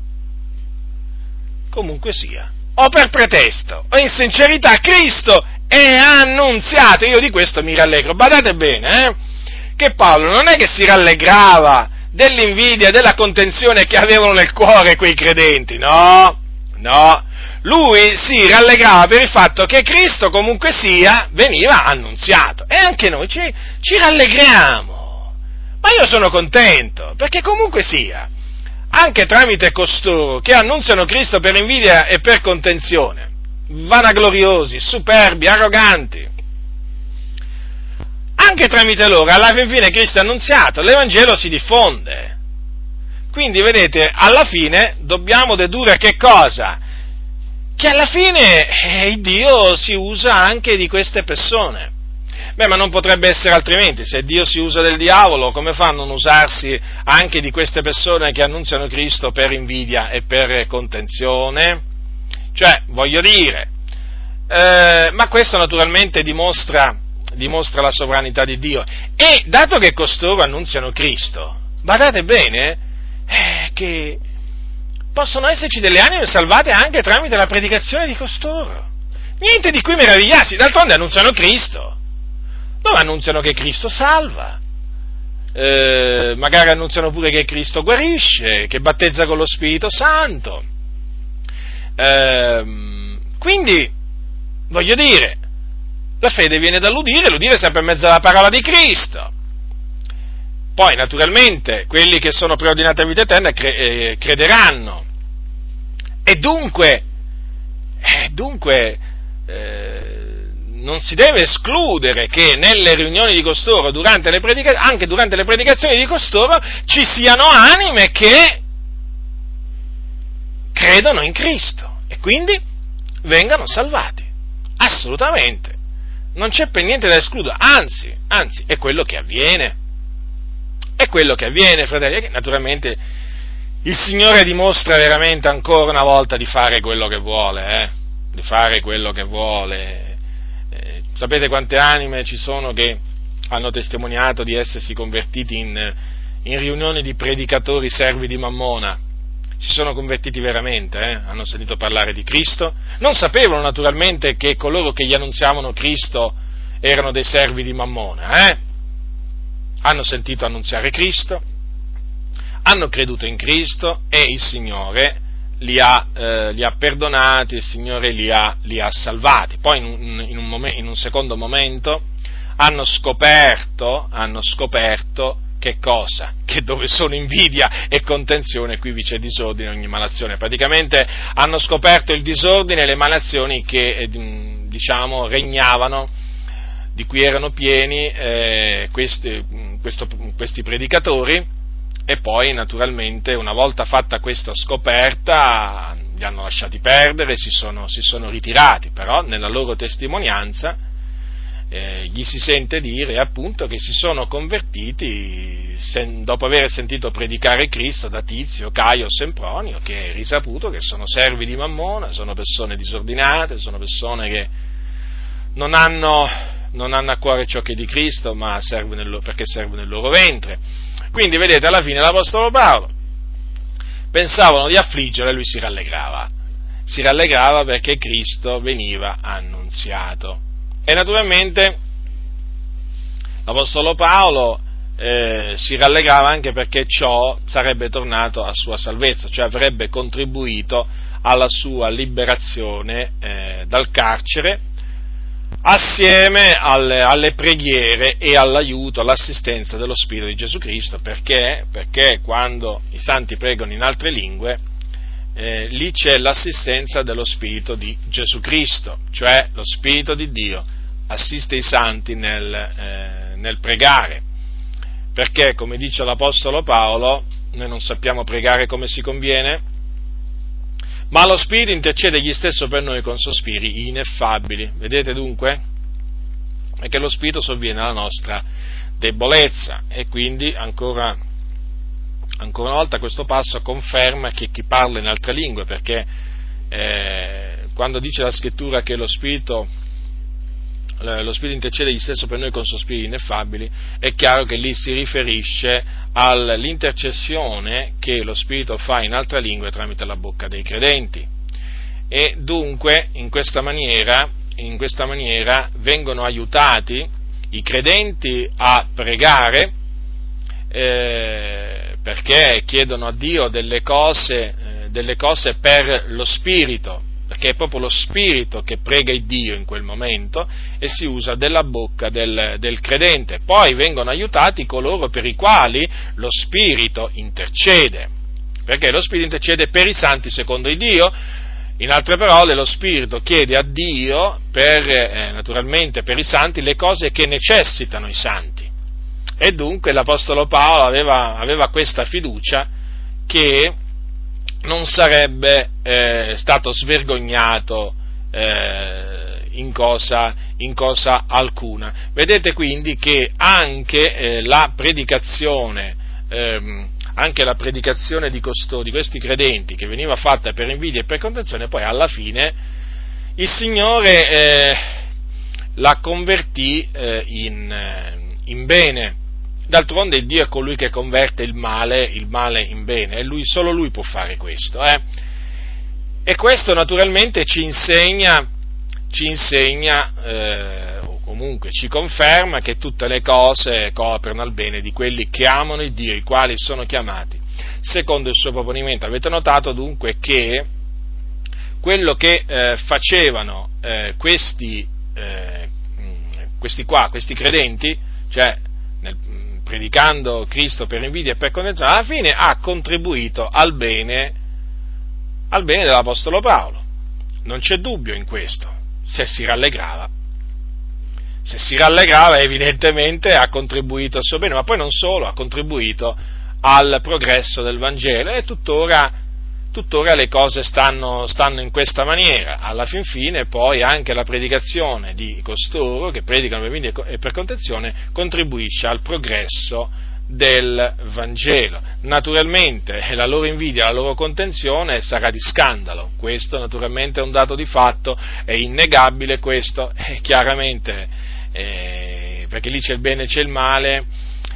Comunque sia, o per pretesto, o in sincerità, Cristo è annunziato, io di questo mi rallegro, badate bene, eh? Che Paolo non è che si rallegrava dell'invidia, della contenzione che avevano nel cuore quei credenti, no, no, lui si rallegrava per il fatto che Cristo comunque sia veniva annunziato, e anche noi ci, ci rallegriamo, ma io sono contento, perché comunque sia, anche tramite costoro che annunziano Cristo per invidia e per contenzione, vanagloriosi, superbi, arroganti, anche tramite loro, alla fin fine Cristo è annunziato, l'Evangelo si diffonde. Quindi, vedete, alla fine dobbiamo dedurre che cosa? Che alla fine eh, Dio si usa anche di queste persone. Beh, ma non potrebbe essere altrimenti. Se Dio si usa del diavolo, come fa a non usarsi anche di queste persone che annunziano Cristo per invidia e per contenzione? Cioè, voglio dire, eh, ma questo naturalmente dimostra, dimostra la sovranità di Dio. E dato che costoro annunziano Cristo, badate bene, eh, che possono esserci delle anime salvate anche tramite la predicazione di costoro. Niente di cui meravigliarsi, d'altronde annunziano Cristo. Loro annunziano che Cristo salva, eh, magari annunziano pure che Cristo guarisce, che battezza con lo Spirito Santo. Eh, quindi, voglio dire, la fede viene dall'udire, l'udire sempre in mezzo alla parola di Cristo. Poi, naturalmente, quelli che sono preordinati a vita eterna cre- eh, crederanno. E dunque, eh, dunque, eh, non si deve escludere che nelle riunioni di costoro, durante le predica- anche durante le predicazioni di costoro, ci siano anime che credono in Cristo e quindi vengano salvati. Assolutamente. Non c'è per niente da escludere, anzi, anzi, è quello che avviene. È quello che avviene, fratelli, che naturalmente il Signore dimostra veramente ancora una volta di fare quello che vuole, eh? Di fare quello che vuole. Eh, sapete quante anime ci sono che hanno testimoniato di essersi convertiti in, in riunioni di predicatori servi di Mammona? Si sono convertiti veramente, eh? Hanno sentito parlare di Cristo, non sapevano naturalmente che coloro che gli annunziavano Cristo erano dei servi di Mammona, eh? Hanno sentito annunziare Cristo, hanno creduto in Cristo e il Signore li ha, eh, li ha perdonati, il Signore li ha, li ha salvati. Poi in un, in, un momen- in un secondo momento hanno scoperto, hanno scoperto che cosa? Che dove sono invidia e contenzione, qui vi c'è disordine e ogni malazione. Praticamente hanno scoperto il disordine e le malazioni che, eh, diciamo, regnavano, di cui erano pieni eh, questi, questo, questi predicatori, e poi naturalmente una volta fatta questa scoperta li hanno lasciati perdere, si sono, si sono ritirati, però nella loro testimonianza eh, gli si sente dire appunto che si sono convertiti sen, dopo aver sentito predicare Cristo da Tizio, Caio, Sempronio, che è risaputo che sono servi di Mammona, sono persone disordinate, sono persone che non hanno, non hanno a cuore ciò che è di Cristo, ma serve nel, perché serve nel loro ventre. Quindi, vedete, alla fine l'Apostolo Paolo pensavano di affliggere e lui si rallegrava. Si rallegrava perché Cristo veniva annunziato. E naturalmente l'Apostolo Paolo eh, si rallegrava anche perché ciò sarebbe tornato a sua salvezza, cioè avrebbe contribuito alla sua liberazione eh, dal carcere, assieme alle, alle preghiere e all'aiuto, all'assistenza dello Spirito di Gesù Cristo, perché, perché quando i santi pregano in altre lingue, eh, lì c'è l'assistenza dello Spirito di Gesù Cristo, cioè lo Spirito di Dio assiste i santi nel, eh, nel pregare, perché, come dice l'Apostolo Paolo, noi non sappiamo pregare come si conviene, ma lo Spirito intercede egli stesso per noi con sospiri ineffabili. Vedete dunque? È che lo Spirito sovviene alla nostra debolezza, e quindi ancora, ancora una volta questo passo conferma che chi parla in altre lingue, perché eh, quando dice la Scrittura che lo Spirito lo Spirito intercede egli stesso per noi con sospiri ineffabili, è chiaro che lì si riferisce all'intercessione che lo Spirito fa in altre lingue tramite la bocca dei credenti, e dunque in questa maniera, in questa maniera vengono aiutati i credenti a pregare eh, perché chiedono a Dio delle cose, eh, delle cose per lo Spirito, perché è proprio lo Spirito che prega il Dio in quel momento e si usa della bocca del, del credente. Poi vengono aiutati coloro per i quali lo Spirito intercede, perché lo Spirito intercede per i santi secondo il Dio. In altre parole, lo Spirito chiede a Dio, per, eh, naturalmente per i santi, le cose che necessitano i santi. E dunque l'Apostolo Paolo aveva, aveva questa fiducia che non sarebbe eh, stato svergognato eh, in cosa, in cosa alcuna. Vedete quindi che anche eh, la predicazione ehm, anche la predicazione di costoro, di questi credenti, che veniva fatta per invidia e per contenzione, poi alla fine il Signore eh, la convertì eh, in, in bene. D'altronde il Dio è colui che converte il male, il male in bene, e lui, solo Lui può fare questo. Eh? E questo naturalmente ci insegna, ci insegna eh, o comunque ci conferma che tutte le cose cooperano al bene di quelli che amano il Dio, i quali sono chiamati secondo il suo proponimento. Avete notato dunque che quello che eh, facevano eh, questi, eh, questi qua, questi credenti, cioè nel, predicando Cristo per invidia e per contenzione, alla fine ha contribuito al bene, al bene dell'Apostolo Paolo. Non c'è dubbio in questo. Se si rallegrava, se si rallegrava evidentemente ha contribuito al suo bene, ma poi non solo, ha contribuito al progresso del Vangelo, e tuttora, tuttora le cose stanno, stanno in questa maniera. Alla fin fine poi anche la predicazione di costoro, che predicano per invidia e per contenzione, contribuisce al progresso del Vangelo. Naturalmente la loro invidia, la loro contenzione sarà di scandalo, questo naturalmente è un dato di fatto, è innegabile questo, è chiaramente, eh, perché lì c'è il bene e c'è il male,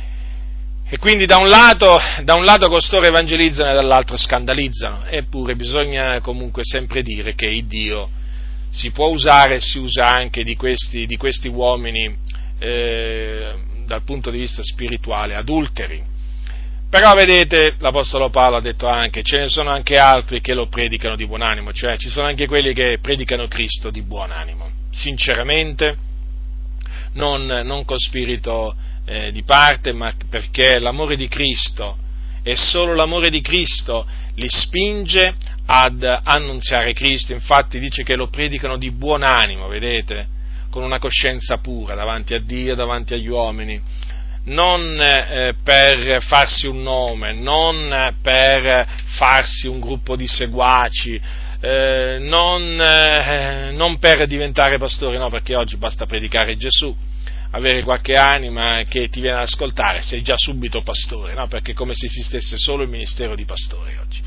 e quindi da un lato, da un lato costoro evangelizzano e dall'altro scandalizzano, eppure bisogna comunque sempre dire che il Dio si può usare e si usa anche di questi, di questi uomini eh, dal punto di vista spirituale, adulteri. Però vedete, l'Apostolo Paolo ha detto anche, ce ne sono anche altri che lo predicano di buon animo, cioè ci sono anche quelli che predicano Cristo di buon animo, sinceramente, non, non con spirito eh, di parte, ma perché l'amore di Cristo, e solo l'amore di Cristo, li spinge ad annunziare Cristo. Infatti dice che lo predicano di buon animo, vedete? Con una coscienza pura davanti a Dio, davanti agli uomini, non eh, per farsi un nome, non per farsi un gruppo di seguaci, eh, non, eh, non per diventare pastori, no, perché oggi basta predicare Gesù, avere qualche anima che ti viene ad ascoltare, sei già subito pastore, no, perché è come se esistesse solo il ministero di pastore oggi,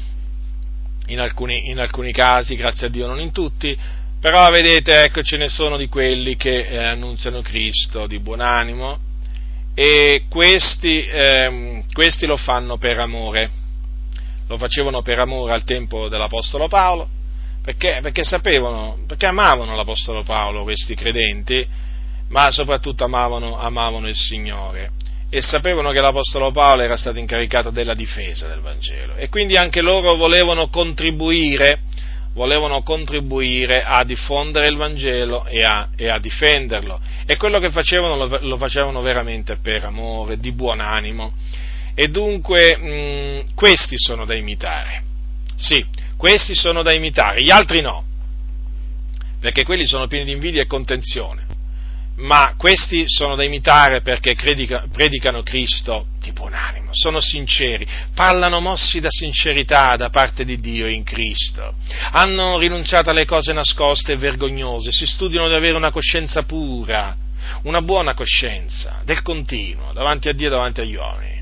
in alcuni, in alcuni casi, grazie a Dio non in tutti. Però vedete, ecco, ce ne sono di quelli che eh, annunziano Cristo di buon animo, e questi, eh, questi lo fanno per amore, lo facevano per amore al tempo dell'Apostolo Paolo, perché, perché sapevano, perché amavano l'Apostolo Paolo questi credenti, ma soprattutto amavano, amavano il Signore, e sapevano che l'Apostolo Paolo era stato incaricato della difesa del Vangelo, e quindi anche loro volevano contribuire volevano contribuire a diffondere il Vangelo e a, e a difenderlo, e quello che facevano lo, lo facevano veramente per amore, di buon animo, e dunque mh, questi sono da imitare, sì, questi sono da imitare, gli altri no, perché quelli sono pieni di invidia e contenzione, ma questi sono da imitare perché predica, predicano Cristo di buon animo, sono sinceri, parlano mossi da sincerità da parte di Dio in Cristo, hanno rinunciato alle cose nascoste e vergognose, si studiano di avere una coscienza pura, una buona coscienza, del continuo, davanti a Dio e davanti agli uomini.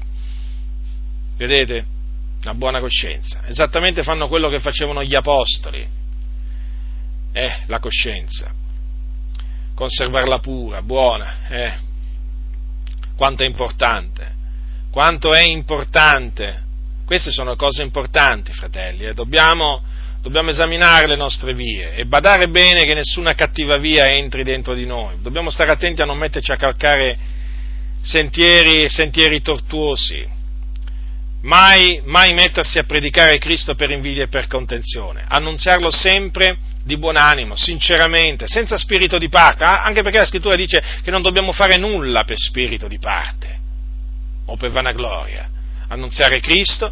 Vedete? Una buona coscienza. Esattamente fanno quello che facevano gli apostoli. Eh, la coscienza. Conservarla pura, buona, eh. Quanto è importante, quanto è importante, queste sono cose importanti, fratelli, eh. dobbiamo, dobbiamo esaminare le nostre vie e badare bene che nessuna cattiva via entri dentro di noi, dobbiamo stare attenti a non metterci a calcare sentieri, sentieri tortuosi, mai, mai mettersi a predicare Cristo per invidia e per contenzione, annunziarlo sempre di buon animo, sinceramente, senza spirito di parte, anche perché la Scrittura dice che non dobbiamo fare nulla per spirito di parte o per vanagloria, annunziare Cristo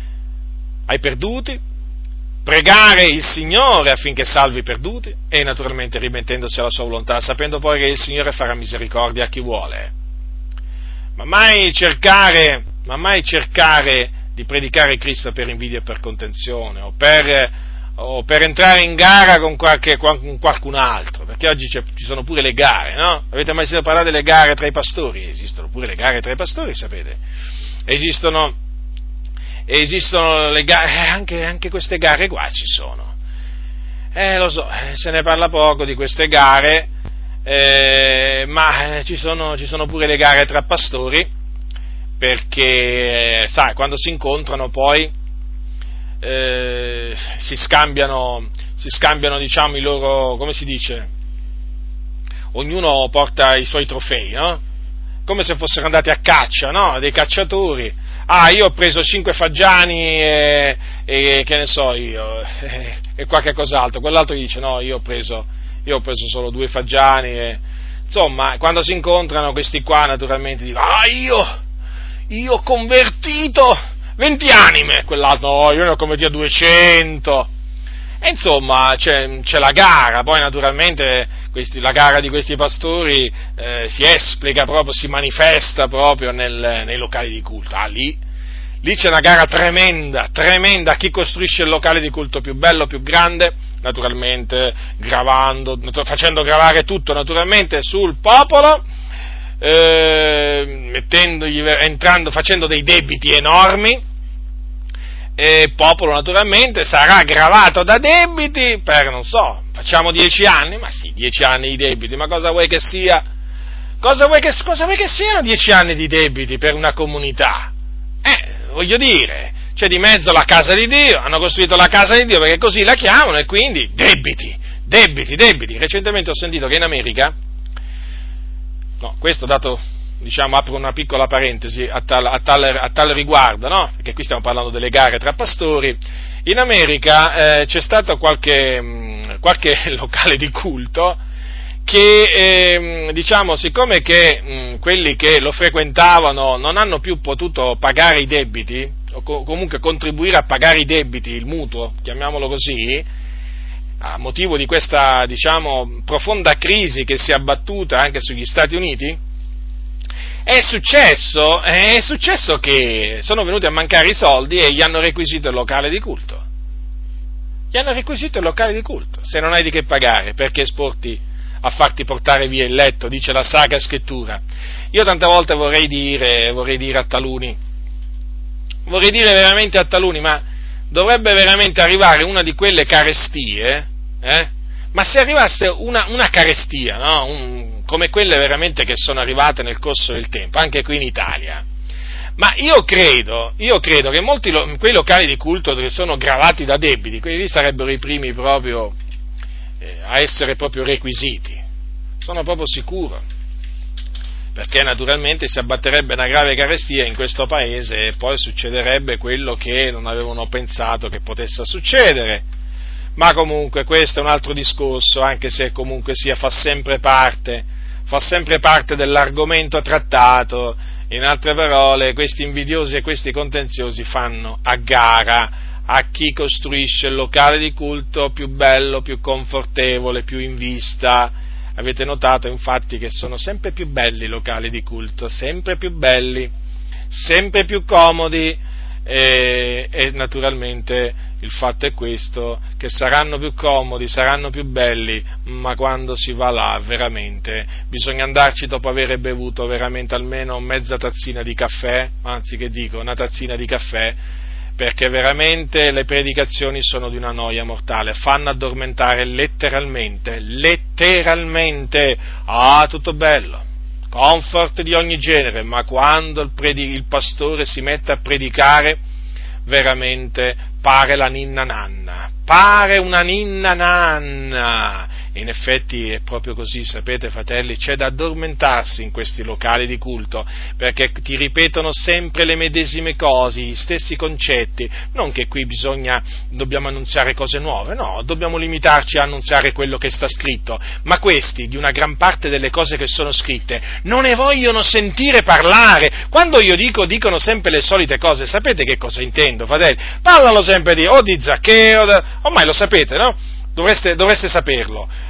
ai perduti, pregare il Signore affinché salvi i perduti e naturalmente rimettendosi alla sua volontà, sapendo poi che il Signore farà misericordia a chi vuole, ma mai cercare, ma mai cercare di predicare Cristo per invidia e per contenzione, o per, o per entrare in gara con, qualche, con qualcun altro, perché oggi ci sono pure le gare, no? Avete mai sentito parlare delle gare tra i pastori? Esistono pure le gare tra i pastori, sapete? Esistono, esistono le gare, eh, anche, anche queste gare qua ci sono. Eh, lo so, se ne parla poco di queste gare, eh, ma eh, ci sono, ci sono pure le gare tra pastori, perché, eh, sai, quando si incontrano poi eh, si scambiano, si scambiano, diciamo, i loro, come si dice, ognuno porta i suoi trofei, no? Come se fossero andati a caccia, no? Dei cacciatori. Ah, io ho preso cinque fagiani e, e che ne so io, e, e qualche cos'altro. Quell'altro dice, no, io ho preso, io ho preso solo due fagiani. E, insomma, quando si incontrano questi qua, naturalmente dicono, ah, io, io ho convertito venti anime. Quell'altro, no, io ne ho convertito duecento. E insomma, c'è, c'è la gara, poi naturalmente questi, la gara di questi pastori eh, si esplica proprio, si manifesta proprio nel, nei locali di culto. Ah, lì, lì c'è una gara tremenda, tremenda, chi costruisce il locale di culto più bello, più grande, naturalmente gravando, facendo gravare tutto naturalmente sul popolo, eh, mettendogli, entrando, facendo dei debiti enormi. E il popolo naturalmente sarà gravato da debiti per, non so, facciamo dieci anni, ma sì, dieci anni di debiti, ma cosa vuoi che sia? Cosa vuoi che, cosa vuoi che siano dieci anni di debiti per una comunità? Eh, voglio dire, c'è di mezzo la casa di Dio, hanno costruito la casa di Dio perché così la chiamano e quindi debiti, debiti, debiti. Recentemente ho sentito che in America, no, questo dato... diciamo, apro una piccola parentesi a tal, a tal, a tal riguardo, no? Perché qui stiamo parlando delle gare tra pastori. In America eh, c'è stato qualche, mh, qualche locale di culto che, eh, diciamo, siccome che mh, quelli che lo frequentavano non hanno più potuto pagare i debiti, o co- comunque contribuire a pagare i debiti, il mutuo, chiamiamolo così, a motivo di questa, diciamo, profonda crisi che si è abbattuta anche sugli Stati Uniti, È successo, è successo che sono venuti a mancare i soldi e gli hanno requisito il locale di culto. Gli hanno requisito il locale di culto. Se non hai di che pagare, perché esporti a farti portare via il letto, dice la Sacra Scrittura. Io tante volte vorrei dire, vorrei dire a taluni, vorrei dire veramente a taluni, ma dovrebbe veramente arrivare una di quelle carestie, eh? Ma se arrivasse una, una carestia, no? Un, come quelle veramente che sono arrivate nel corso del tempo, anche qui in Italia, ma io credo, io credo che molti lo, quei locali di culto che sono gravati da debiti, quelli lì sarebbero i primi proprio eh, a essere proprio requisiti, sono proprio sicuro, perché naturalmente si abbatterebbe una grave carestia in questo paese e poi succederebbe quello che non avevano pensato che potesse succedere. Ma comunque questo è un altro discorso, anche se comunque sia fa sempre parte, fa sempre parte dell'argomento trattato. In altre parole, questi invidiosi e questi contenziosi fanno a gara a chi costruisce il locale di culto più bello, più confortevole, più in vista. Avete notato infatti che sono sempre più belli i locali di culto, sempre più belli, sempre più comodi. E, e naturalmente il fatto è questo, che saranno più comodi, saranno più belli, ma quando si va là veramente bisogna andarci dopo aver bevuto veramente almeno mezza tazzina di caffè, anzi che dico, una tazzina di caffè, perché veramente le predicazioni sono di una noia mortale, fanno addormentare letteralmente, letteralmente, ah, tutto bello. Comfort di ogni genere, ma quando il, predi- il pastore si mette a predicare, veramente pare la ninna nanna, pare una ninna nanna. In effetti è proprio così, sapete fratelli, c'è da addormentarsi in questi locali di culto, perché ti ripetono sempre le medesime cose, gli stessi concetti, non che qui bisogna, dobbiamo annunziare cose nuove, no, dobbiamo limitarci a annunziare quello che sta scritto, ma questi, di una gran parte delle cose che sono scritte, non ne vogliono sentire parlare. Quando io dico, dicono sempre le solite cose, sapete che cosa intendo, fratelli? Parlano sempre di, o di Zaccheo, ormai lo sapete, no? Dovreste, dovreste saperlo.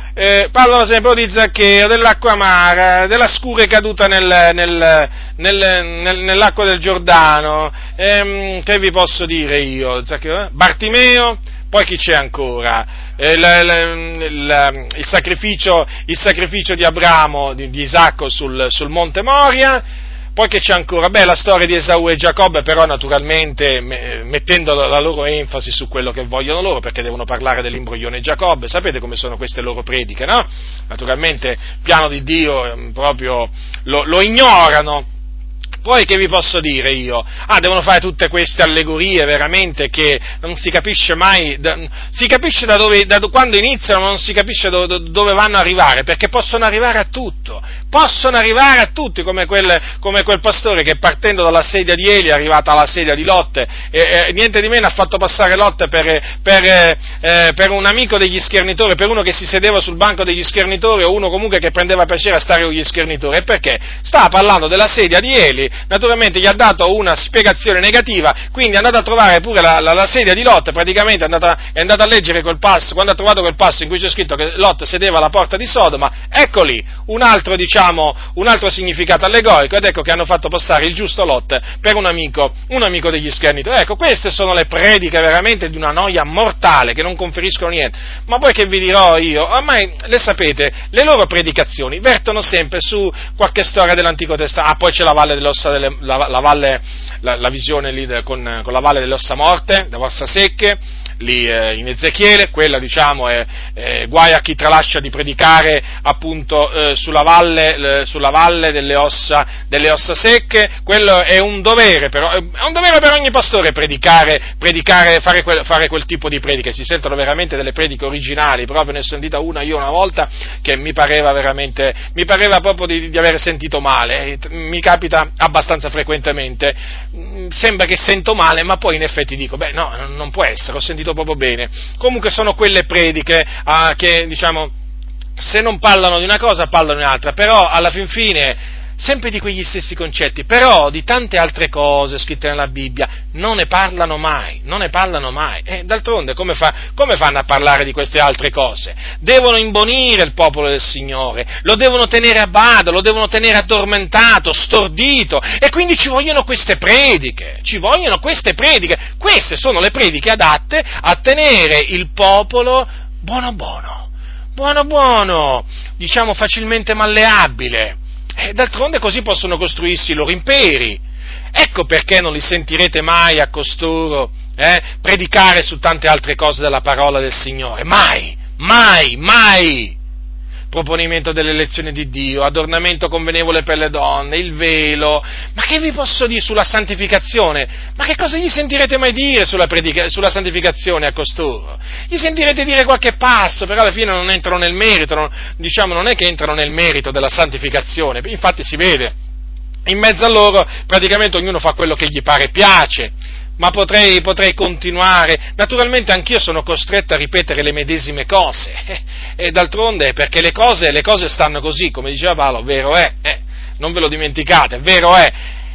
eh, parlano sempre di Zaccheo, dell'acqua amara, della scure caduta nel, nel, nel, nel, nell'acqua del Giordano, ehm, che vi posso dire io, Zaccheo, eh? Bartimeo, poi chi c'è ancora? Eh, il, il, il, il, sacrificio, il sacrificio di Abramo, di, di Isacco sul, sul Monte Moria. Poi che c'è ancora? Beh, la storia di Esaù e Giacobbe, però naturalmente me, mettendo la loro enfasi su quello che vogliono loro, perché devono parlare dell'imbroglione Giacobbe. Sapete come sono queste loro prediche, no? Naturalmente, piano di Dio proprio lo, lo ignorano. Poi che vi posso dire io? Ah, devono fare tutte queste allegorie veramente che non si capisce mai, da, si capisce da dove, da quando iniziano, ma non si capisce do, do, dove vanno a arrivare, perché possono arrivare a tutto, possono arrivare a tutti, come quel, come quel pastore che partendo dalla sedia di Eli è arrivato alla sedia di Lot, e, e niente di meno ha fatto passare Lot per, per, eh, per un amico degli schernitori, per uno che si sedeva sul banco degli schernitori, o uno comunque che prendeva piacere a stare con gli schernitori. E perché? Stava parlando della sedia di Eli. Naturalmente gli ha dato una spiegazione negativa, quindi è andato a trovare pure la, la, la sedia di Lot, praticamente è andato, è andato a leggere quel passo, quando ha trovato quel passo in cui c'è scritto che Lot sedeva alla porta di Sodoma, ecco lì, un altro, diciamo, un altro significato allegorico, ed ecco che hanno fatto passare il giusto Lot per un amico, un amico degli schernitori. Ecco, queste sono le prediche veramente di una noia mortale, che non conferiscono niente. Ma poi che vi dirò io, ormai le sapete, le loro predicazioni vertono sempre su qualche storia dell'Antico Testamento. Ah, poi c'è la Valle delle Ossa delle La, la, valle, la, la visione lì de, con, con la Valle delle Ossa Morte, le ossa secche, lì eh, in Ezechiele, quella diciamo è, è guai a chi tralascia di predicare appunto eh, sulla, valle, le, sulla valle delle ossa, delle ossa secche. Quello è un dovere, però, è un dovere per ogni pastore predicare, predicare fare, quel, fare quel tipo di prediche. Si sentono veramente delle prediche originali, proprio ne ho sentita una io una volta che mi pareva veramente, mi pareva proprio di, di aver sentito male, mi capita abbastanza frequentemente, sembra che sento male, ma poi in effetti dico, beh no, non può essere, ho sentito proprio bene. Comunque sono quelle prediche ah, che, diciamo, se non parlano di una cosa, parlano di un'altra, però alla fin fine sempre di quegli stessi concetti, però di tante altre cose scritte nella Bibbia non ne parlano mai, non ne parlano mai. E d'altronde come, fa, come fanno a parlare di queste altre cose? Devono imbonire il popolo del Signore, lo devono tenere a bada, lo devono tenere addormentato, stordito, e quindi ci vogliono queste prediche, ci vogliono queste prediche. Queste sono le prediche adatte a tenere il popolo buono buono, buono buono, diciamo facilmente malleabile. E d'altronde così possono costruirsi i loro imperi. Ecco perché non li sentirete mai a costoro eh, predicare su tante altre cose della parola del Signore. Mai, mai, mai. Proponimento delle lezioni di Dio, adornamento convenevole per le donne, il velo. Ma che vi posso dire sulla santificazione? Ma che cosa gli sentirete mai dire sulla, predica, sulla santificazione a costoro? Gli sentirete dire qualche passo, però alla fine non entrano nel merito, non, diciamo non è che entrano nel merito della santificazione, infatti si vede, in mezzo a loro praticamente ognuno fa quello che gli pare e piace. Ma potrei, potrei continuare, naturalmente anch'io sono costretto a ripetere le medesime cose, e d'altronde perché le cose, le cose stanno così, come diceva Paolo, vero è, eh, non ve lo dimenticate, vero è,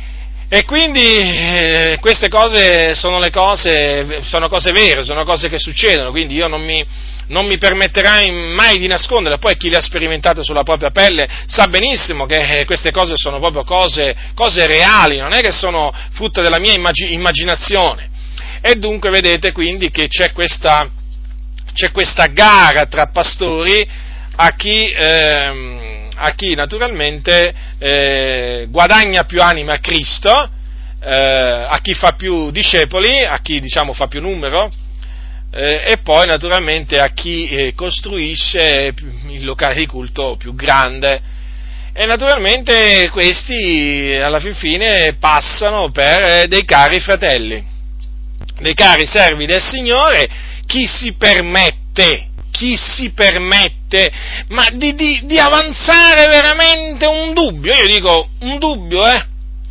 e quindi eh, queste cose sono le cose, sono cose vere, sono cose che succedono, quindi io non mi, non mi permetterai mai di nasconderle. Poi chi le ha sperimentate sulla propria pelle sa benissimo che queste cose sono proprio cose, cose reali, non è che sono frutto della mia immag- immaginazione. E dunque vedete quindi che c'è questa, c'è questa gara tra pastori a chi, ehm, a chi naturalmente eh, guadagna più anime a Cristo, eh, a chi fa più discepoli, a chi diciamo fa più numero, Eh, e poi naturalmente a chi eh, costruisce il locale di culto più grande, e naturalmente questi alla fin fine passano per eh, dei cari fratelli, dei cari servi del Signore. Chi si permette, chi si permette ma di, di, di avanzare veramente un dubbio, io dico un dubbio, eh,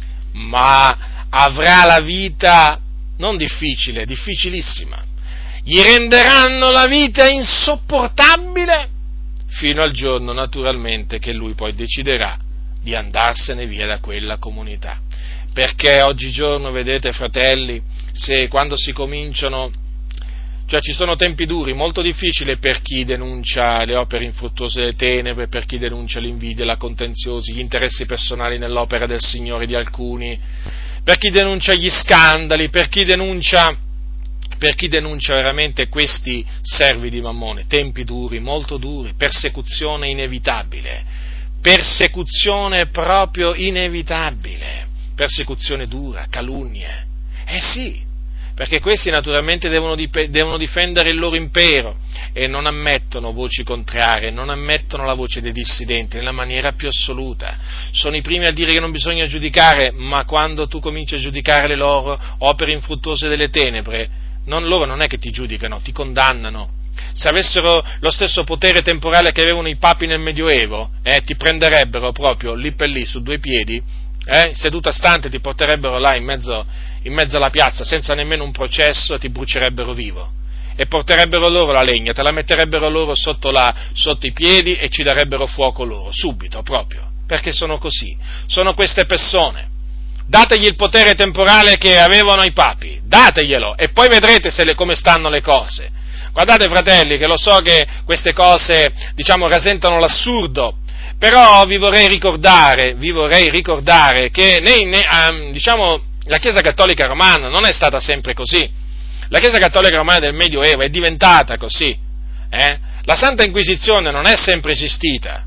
ma avrà la vita non difficile, difficilissima. Gli renderanno la vita insopportabile fino al giorno, naturalmente, che lui poi deciderà di andarsene via da quella comunità. Perché oggigiorno, vedete, fratelli, se quando si cominciano, Cioè ci sono tempi duri, molto difficili per chi denuncia le opere infruttuose delle tenebre, per chi denuncia l'invidia, la contenziosi, gli interessi personali nell'opera del Signore di alcuni, per chi denuncia gli scandali, per chi denuncia, per chi denuncia veramente questi servi di Mammone. Tempi duri, molto duri, persecuzione inevitabile, persecuzione proprio inevitabile, persecuzione dura, calunnie. Eh sì! Perché questi naturalmente devono, dip- devono difendere il loro impero e non ammettono voci contrarie, non ammettono la voce dei dissidenti nella maniera più assoluta. Sono i primi a dire che non bisogna giudicare, ma quando tu cominci a giudicare le loro opere infruttuose delle tenebre, non, loro non è che ti giudicano, ti condannano. Se avessero lo stesso potere temporale che avevano i papi nel Medioevo, eh, ti prenderebbero proprio lì per lì, su due piedi, Eh, seduta stante ti porterebbero là in mezzo, in mezzo alla piazza senza nemmeno un processo e ti brucierebbero vivo e porterebbero loro la legna, te la metterebbero loro sotto, la, sotto i piedi e ci darebbero fuoco loro, subito proprio, perché sono così, sono queste persone. Dategli il potere temporale che avevano i papi, dateglielo e poi vedrete se le, come stanno le cose. Guardate fratelli, che lo so che queste cose, diciamo, rasentano l'assurdo, però vi vorrei ricordare, vi vorrei ricordare che nei, nei, um, diciamo, la Chiesa Cattolica Romana non è stata sempre così. La Chiesa Cattolica Romana del Medioevo è diventata così. Eh? La Santa Inquisizione non è sempre esistita,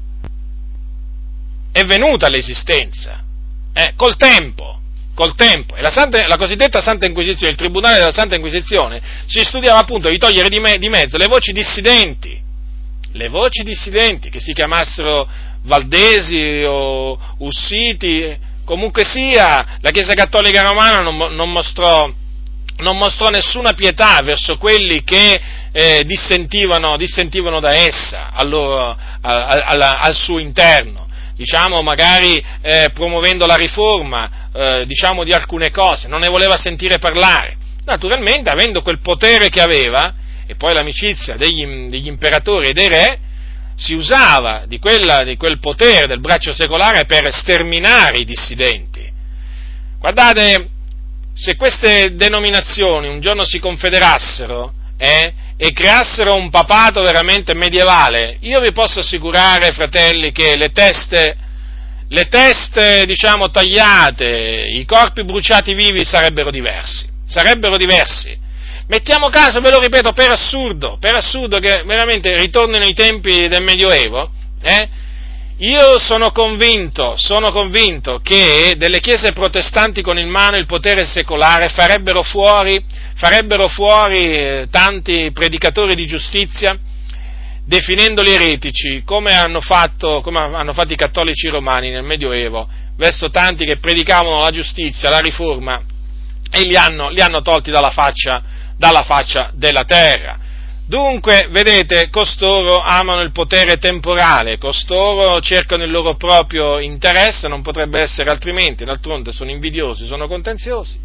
è venuta all'esistenza, eh? col tempo, col tempo. E la, Santa, la cosiddetta Santa Inquisizione, il Tribunale della Santa Inquisizione, si studiava appunto di togliere di, me, di mezzo le voci dissidenti, le voci dissidenti, che si chiamassero Valdesi o Ussiti, comunque sia, la Chiesa Cattolica Romana non, non, mostrò, non mostrò nessuna pietà verso quelli che eh, dissentivano, dissentivano da essa al, loro, al, al, al suo interno, diciamo magari eh, promuovendo la riforma eh, diciamo di alcune cose, non ne voleva sentire parlare, naturalmente avendo quel potere che aveva e poi l'amicizia degli, degli imperatori e dei re, si usava di, quella, di quel potere del braccio secolare per sterminare i dissidenti. Guardate, se queste denominazioni un giorno si confederassero eh, e creassero un papato veramente medievale, io vi posso assicurare, fratelli, che le teste, le teste, diciamo, tagliate, i corpi bruciati vivi sarebbero diversi, sarebbero diversi. Mettiamo caso, ve lo ripeto, per assurdo, per assurdo che veramente ritornino i tempi del Medioevo, eh? Io sono convinto, sono convinto che delle chiese protestanti con in mano il potere secolare farebbero fuori, farebbero fuori eh, tanti predicatori di giustizia, definendoli eretici, come hanno fatto, come hanno fatto i cattolici romani nel Medioevo, verso tanti che predicavano la giustizia, la riforma, e li hanno, li hanno tolti dalla faccia dalla faccia della terra. Dunque, vedete, costoro amano il potere temporale, costoro cercano il loro proprio interesse, non potrebbe essere altrimenti, d'altronde sono invidiosi, sono contenziosi,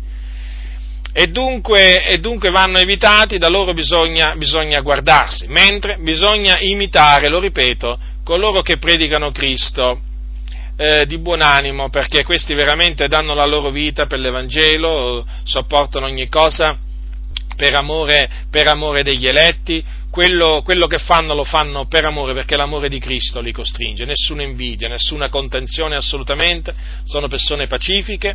e dunque, e dunque vanno evitati, da loro bisogna, bisogna guardarsi, mentre bisogna imitare, lo ripeto, coloro che predicano Cristo eh, di buon animo, perché questi veramente danno la loro vita per l'Evangelo, sopportano ogni cosa per amore, per amore degli eletti, quello, quello che fanno lo fanno per amore, perché l'amore di Cristo li costringe, nessuna invidia, nessuna contenzione assolutamente, sono persone pacifiche,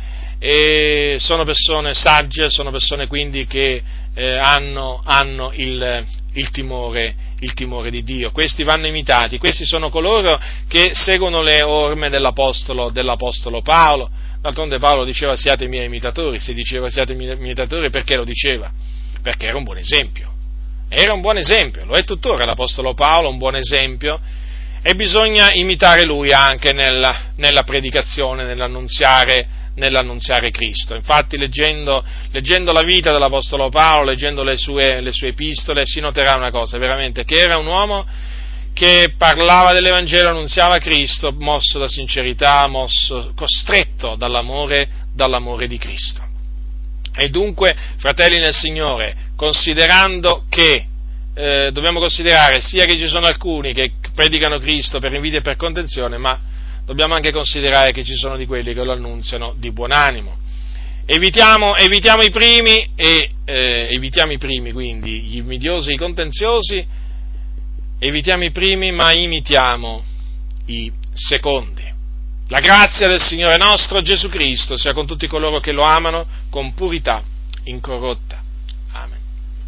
e sono persone sagge, sono persone quindi che eh, hanno, hanno il, il, timore, il timore di Dio. Questi vanno imitati, questi sono coloro che seguono le orme dell'Apostolo, dell'Apostolo Paolo. D'altronde Paolo diceva siate miei imitatori, se diceva siate miei imitatori perché lo diceva? Perché era un buon esempio, era un buon esempio, lo è tuttora l'Apostolo Paolo, un buon esempio, e bisogna imitare lui anche nella, nella predicazione, nell'annunziare, nell'annunziare Cristo. Infatti leggendo, leggendo la vita dell'Apostolo Paolo, leggendo le sue, le sue epistole, si noterà una cosa, veramente, che era un uomo che parlava dell'Evangelo, annunziava Cristo, mosso da sincerità, mosso, costretto dall'amore, dall'amore di Cristo. E dunque, fratelli nel Signore, considerando che, eh, dobbiamo considerare sia che ci sono alcuni che predicano Cristo per invidia e per contenzione, ma dobbiamo anche considerare che ci sono di quelli che lo annunziano di buon animo. evitiamo, evitiamo i primi e eh, evitiamo i primi, quindi gli invidiosi, i contenziosi, evitiamo i primi, ma imitiamo i secondi. La grazia del Signore nostro Gesù Cristo sia con tutti coloro che lo amano con purità incorrotta.